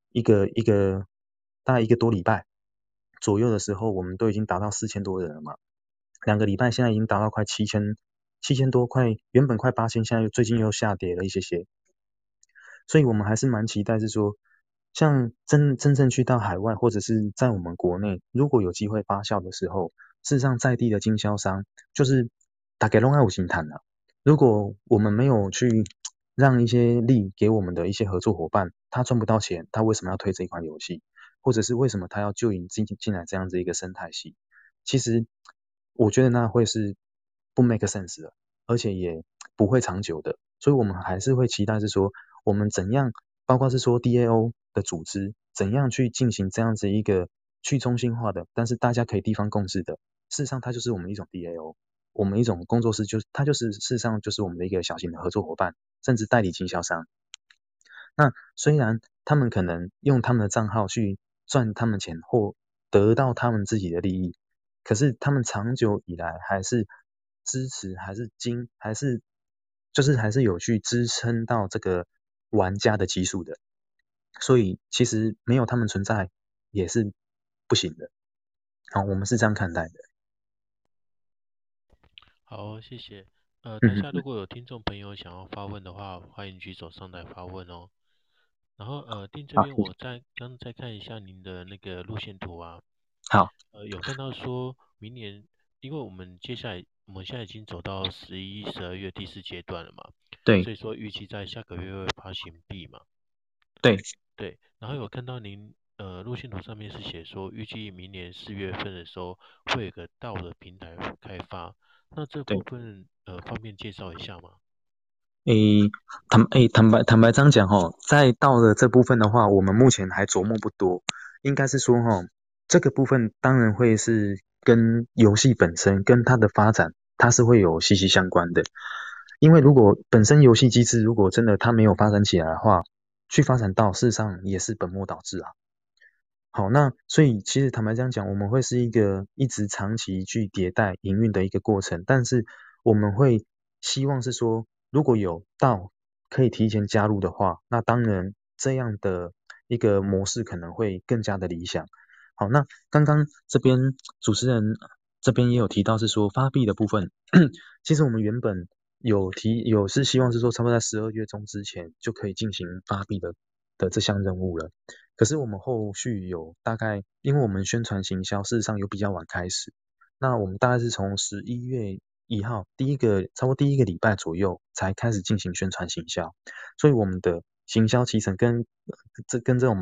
B: 大概一个多礼拜左右的时候，我们都已经达到4000多人了嘛。2个礼拜现在已经达到快7000多，原本快8000，现在最近又下跌了一些些。所以我们还是蛮期待是说，像真正去到海外或者是在我们国内，如果有机会发酵的时候，事实上在地的经销商就是大概拢爱有心谈了。如果我们没有去让一些利给我们的一些合作伙伴，他赚不到钱，他为什么要推这一款游戏？或者是为什么他要就引进来这样子一个生态系？其实我觉得那会是不 make sense 的，而且也不会长久的。所以我们还是会期待是说，我们怎样，包括是说 DAO 的组织，怎样去进行这样子一个去中心化的，但是大家可以地方共治的。事实上，它就是我们一种 DAO，我们一种工作室，它就是事实上就是我们的一个小型的合作伙伴，甚至代理经销商。那虽然他们可能用他们的账号去赚他们钱或得到他们自己的利益，可是他们长久以来还是支持，还是有去支撑到这个玩家的基数的，所以其实没有他们存在也是不行的。好，我们是这样看待的。
A: 好，谢谢。等一下如
B: 嗯嗯，
A: 果有听众朋友想要发问的话，欢迎举手上来发问哦。然后丁这
B: 好，
A: 边
B: 谢谢。
A: 刚再看一下您的那个路线图啊，
B: 好，
A: 有看到说明年，因为我们现在已经走到11、12月第四阶段了嘛，
B: 对
A: 所以说预计在下个月会发行币嘛，
B: 对
A: 对。然后有看到您路线图上面是写说预计明年4月份的时候会有个道的平台开发，那这部
B: 对。
A: 分方便介绍一下吗？
B: 诶，坦白这样讲吼，在道的这部分的话，我们目前还琢磨不多。应该是说吼，这个部分当然会是跟游戏本身跟它的发展，它是会有息息相关的。因为如果本身游戏机制如果真的它没有发展起来的话，去发展到事实上也是本末倒置啊。好，那所以其实坦白这样讲，我们会是一个一直长期去迭代营运的一个过程，但是我们会希望是说，如果有到可以提前加入的话，那当然这样的一个模式可能会更加的理想。好，那刚刚这边主持人这边也有提到是说发币的部分，其实我们原本有是希望是说差不多在12月中之前就可以进行发币的这项任务了。可是我们后续有大概，因为我们宣传行销事实上有比较晚开始，那我们大概是从11月1号差不多第一个礼拜左右才开始进行宣传行销，所以我们的行销期程跟这种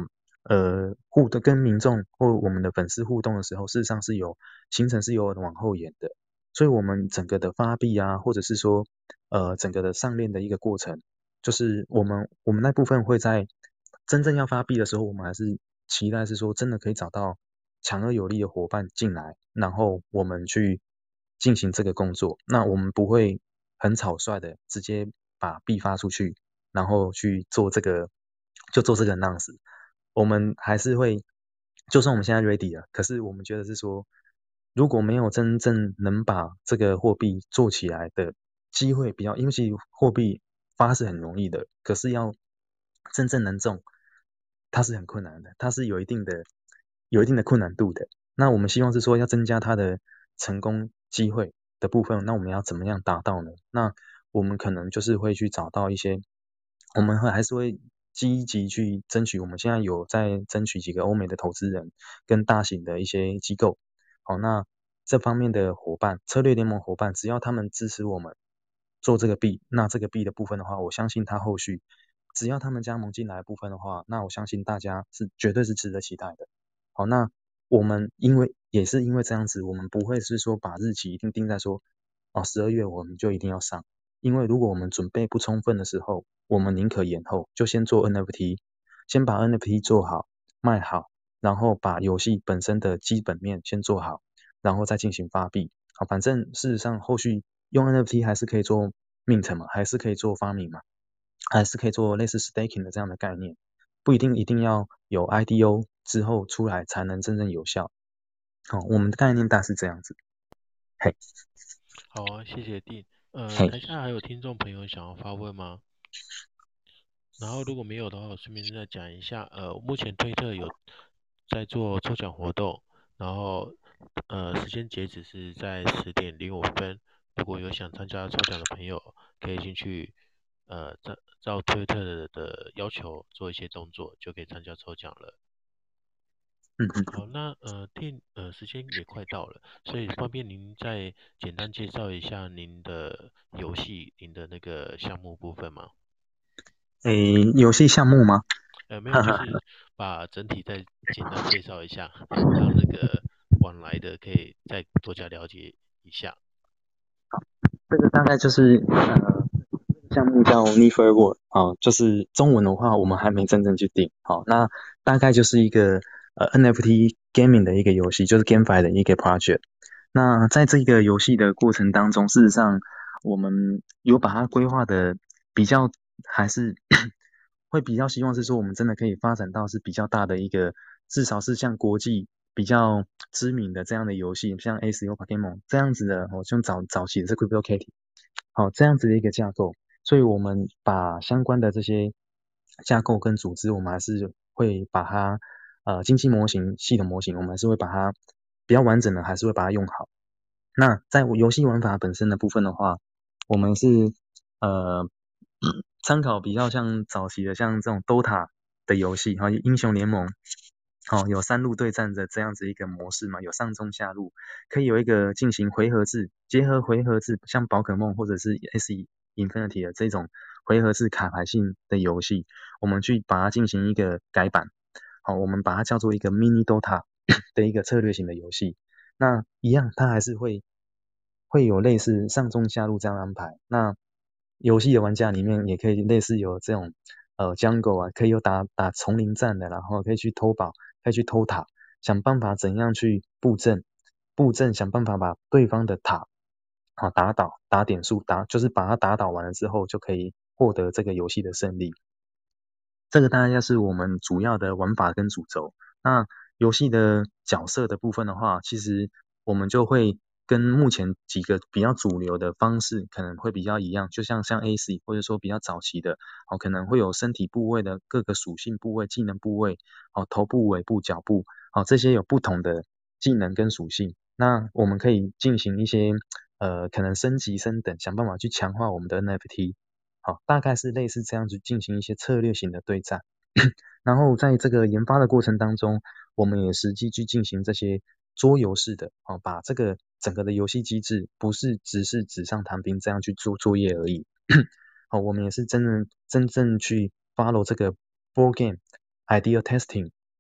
B: 跟民众或我们的粉丝互动的时候，事实上是有行程是有往后延的，所以我们整个的发币啊，或者是说整个的上链的一个过程，就是我们那部分会在真正要发币的时候，我们还是期待是说真的可以找到强而有力的伙伴进来，然后我们去进行这个工作。那我们不会很草率的直接把币发出去，然后去做这个announce。我们还是会，就算我们现在 ready 了，可是我们觉得是说，如果没有真正能把这个货币做起来的机会比较，因为其实货币发是很容易的，可是要真正能中，它是很困难的，它是有一定的困难度的。那我们希望是说要增加它的成功机会的部分，那我们要怎么样达到呢？那我们可能就是会去找到一些，我们还是会积极去争取，我们现在有在争取几个欧美的投资人跟大型的一些机构。好，那这方面的伙伴，策略联盟伙伴，只要他们支持我们做这个币，那这个币的部分的话，我相信它后续只要他们加盟进来的部分的话，那我相信大家是绝对是值得期待的。好，那我们也是因为这样子，我们不会是说把日期一定定在说12月我们就一定要上，因为如果我们准备不充分的时候，我们宁可延后，就先做 NFT，先把 NFT 做好卖好，然后把游戏本身的基本面先做好，然后再进行发币。好，反正事实上后续用 NFT 还是可以做 mint 嘛，还是可以做发明嘛，还是可以做类似 staking 的这样的概念，不一定要有 IDO 之后出来才能真正有效。好，我们的概念大是这样子。嘿，
A: 好啊，谢谢定。
B: 嘿，
A: 台下还有听众朋友想要发问吗？然后如果没有的话，我顺便再讲一下，目前推特有在做抽奖活动，然后时间截止是在10:05。如果有想参加抽奖的朋友，可以进去照推特的要求做一些动作，就可以参加抽奖了。
B: 嗯嗯，
A: 好，那时间也快到了，所以方便您再简单介绍一下您的游戏，您的那个项目部分吗？
B: 游戏项目吗？
A: 没有，
B: 哈哈，
A: 就是把整体再简单介绍一下，让那个往来的可以再多加了解一下。
B: 这个大概就是项目叫 Never World，好，就是中文的话我们还没真正去定，好，那大概就是一个NFT gaming 的一个游戏，就是 GameFi 的一个 project。那在这个游戏的过程当中，事实上我们有把它规划的比较，还是会比较希望是说，我们真的可以发展到是比较大的一个，至少是像国际比较知名的这样的游戏，像 ACO Pokemon 这样子的，像早期的这 Crypto Kitty，好，这样子的一个架构。所以我们把相关的这些架构跟组织，我们还是会把它经济模型、系统模型，我们还是会把它比较完整的，还是会把它用好。那在游戏玩法本身的部分的话，我们是呃参考比较像早期的像这种 DOTA 的游戏，哈，英雄联盟，好，有3路对战的这样子一个模式嘛，有上中下路，可以有一个进行回合制，结合回合制，像宝可梦或者是 SE Infinity 的这种回合制卡牌性的游戏，我们去把它进行一个改版，好，我们把它叫做一个 Mini DOTA 的一个策略型的游戏。那一样，它还是会有类似上中下路这样安排。那游戏的玩家里面也可以类似有这种jungle 啊，可以有打丛林战的，然后可以去偷宝，可以去偷塔，想办法怎样去布阵，想办法把对方的塔打倒，打点数，就是把它打倒完了之后，就可以获得这个游戏的胜利。这个大概是我们主要的玩法跟主轴。那游戏的角色的部分的话，其实我们就会跟目前几个比较主流的方式可能会比较一样，就像 AC 或者说比较早期的，可能会有身体部位的各个属性部位、技能部位，头部、尾部、脚部，这些有不同的技能跟属性。那我们可以进行一些可能升级升等，想办法去强化我们的 NFT。好，大概是类似这样子进行一些策略型的对战。然后在这个研发的过程当中，我们也实际去进行这些桌游式的，把这个整个的游戏机制不是只是纸上谈兵这样去做作业而已。好，我们也是真正去 follow 这个 board game idea testing，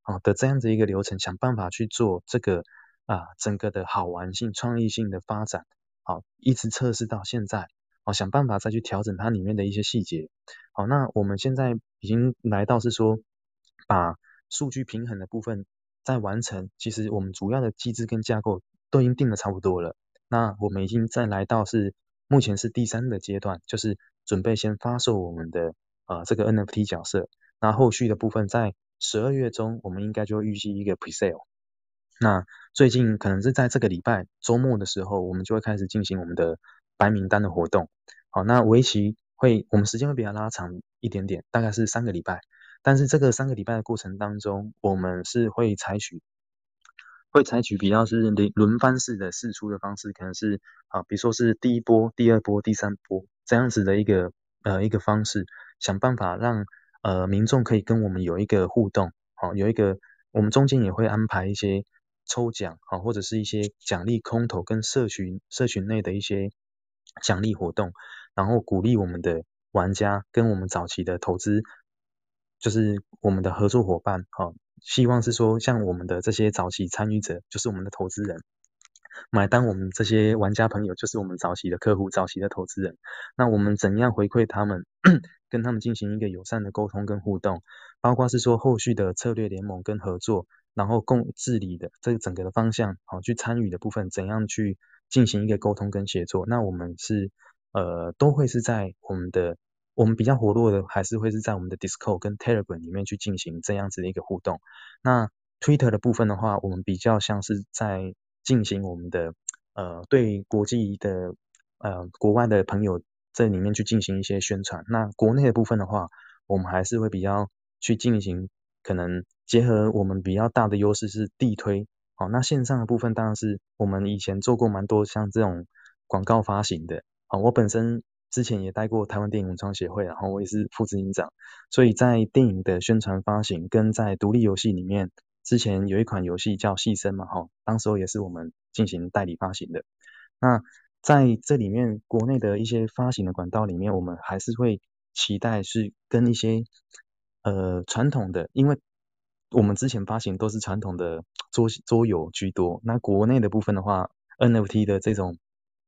B: 的这样子一个流程，想办法去做这个整个的好玩性、创意性的发展，好，一直测试到现在，好，想办法再去调整它里面的一些细节。好，那我们现在已经来到是说，把数据平衡的部分再完成，其实我们主要的机制跟架构都已经定的差不多了。那我们已经再来到是目前是第3个阶段，就是准备先发售我们的这个 NFT 角色。那后续的部分在12月中，我们应该就会预计一个 pre-sale。那最近可能是在这个礼拜周末的时候，我们就会开始进行我们的白名单的活动。好，那为期我们时间会比较拉长一点点，大概是3个礼拜。但是这个3个礼拜的过程当中，我们是会采取比较是轮番式的释出的方式，可能是比如说是第1波、第2波、第3波这样子的一个方式，想办法让民众可以跟我们有一个互动，我们中间也会安排一些抽奖或者是一些奖励空投跟社群内的一些奖励活动，然后鼓励我们的玩家跟我们早期的投资，就是我们的合作伙伴希望是说像我们的这些早期参与者，就是我们的投资人，买单我们这些玩家朋友就是我们早期的客户、早期的投资人。那我们怎样回馈他们，跟他们进行一个友善的沟通跟互动，包括是说后续的策略联盟跟合作，然后共治理的这个整个的方向，去参与的部分，怎样去进行一个沟通跟协作。那我们是都会是在我们比较活络的，还是会是在我们的 Discord 跟 Telegram 里面去进行这样子的一个互动。那 Twitter 的部分的话，我们比较像是在进行我们的对国际的国外的朋友这里面去进行一些宣传。那国内的部分的话，我们还是会比较去进行，可能结合我们比较大的优势是地推。好，那线上的部分当然是我们以前做过蛮多像这种广告发行的。好，我本身之前也带过台湾电影文创协会，然后我也是副执行长，所以在电影的宣传发行跟在独立游戏里面，之前有一款游戏叫《细生》嘛，当时候也是我们进行代理发行的。那在这里面，国内的一些发行的管道里面，我们还是会期待是跟一些传统的，因为我们之前发行都是传统的桌游居多。那国内的部分的话，NFT 的这种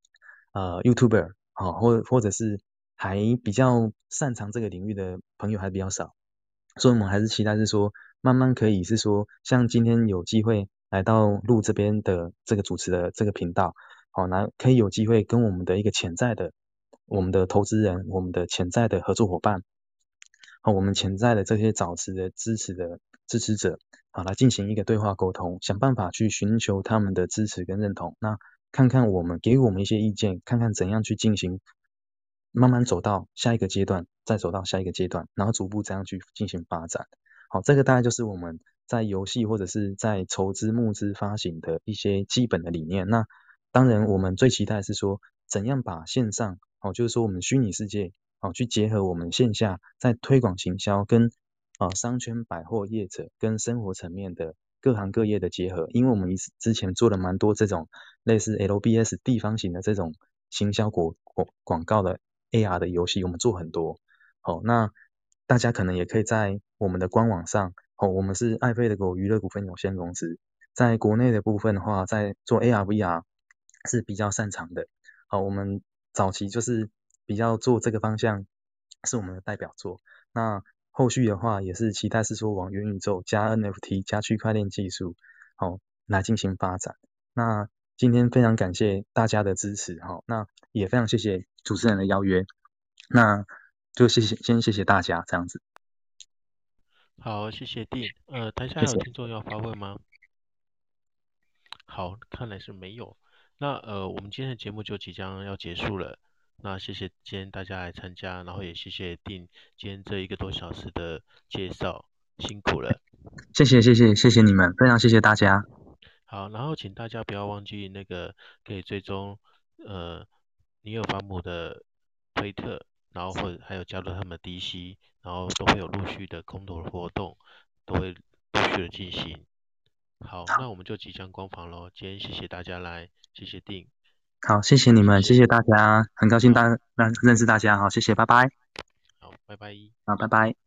B: YouTuber 或者是还比较擅长这个领域的朋友还比较少，所以我们还是期待是说，慢慢可以是说，像今天有机会来到录这边的这个主持的这个频道，那可以有机会跟我们的一个我们的投资人、我们的潜在的合作伙伴，我们潜在的这些早期的支持者，来进行一个对话沟通，想办法去寻求他们的支持跟认同。那看看给我们一些意见，看看怎样去进行，慢慢走到下一个阶段，再走到下一个阶段，然后逐步这样去进行发展。好，这个大概就是我们在游戏或者是在筹资募资发行的一些基本的理念。那当然，我们最期待的是说，怎样把线上，就是说我们虚拟世界，去结合我们线下在推广行销跟商圈百货业者跟生活层面的各行各业的结合。因为我们之前做了蛮多这种类似 LBS 地方型的这种行销广告的 AR 的游戏，我们做很多。那大家可能也可以在我们的官网上，我们是艾菲的狗娱乐股份有限公司，在国内的部分的话，在做 AR、VR 是比较擅长的。我们早期就是比较做这个方向，是我们的代表作。那后续的话也是期待是说往元宇宙加 NFT 加区块链技术，来进行发展。那今天非常感谢大家的支持，那也非常谢谢主持人的邀约，那就先谢谢大家这样子。
A: 好，谢谢定。台下
B: 谢谢。
A: 还有听众要发问吗？好，看来是没有。那我们今天的节目就即将要结束了。那谢谢今天大家来参加，然后也谢谢定今天这1个多小时的介绍，辛苦了。
B: 谢谢你们，非常谢谢大家。
A: 好，然后请大家不要忘记那个可以追踪尼尔法姆的推特，然后或者还有加入他们的 DC，然后都会有陆续的空投活动，都会陆续的进行。好，那我们就即将关房喽。今天谢谢大家来，谢谢定。
B: 好，谢谢你们，谢谢大家，很高兴认识大家，好，谢谢，拜拜。
A: 好，拜拜。
B: 好，拜拜。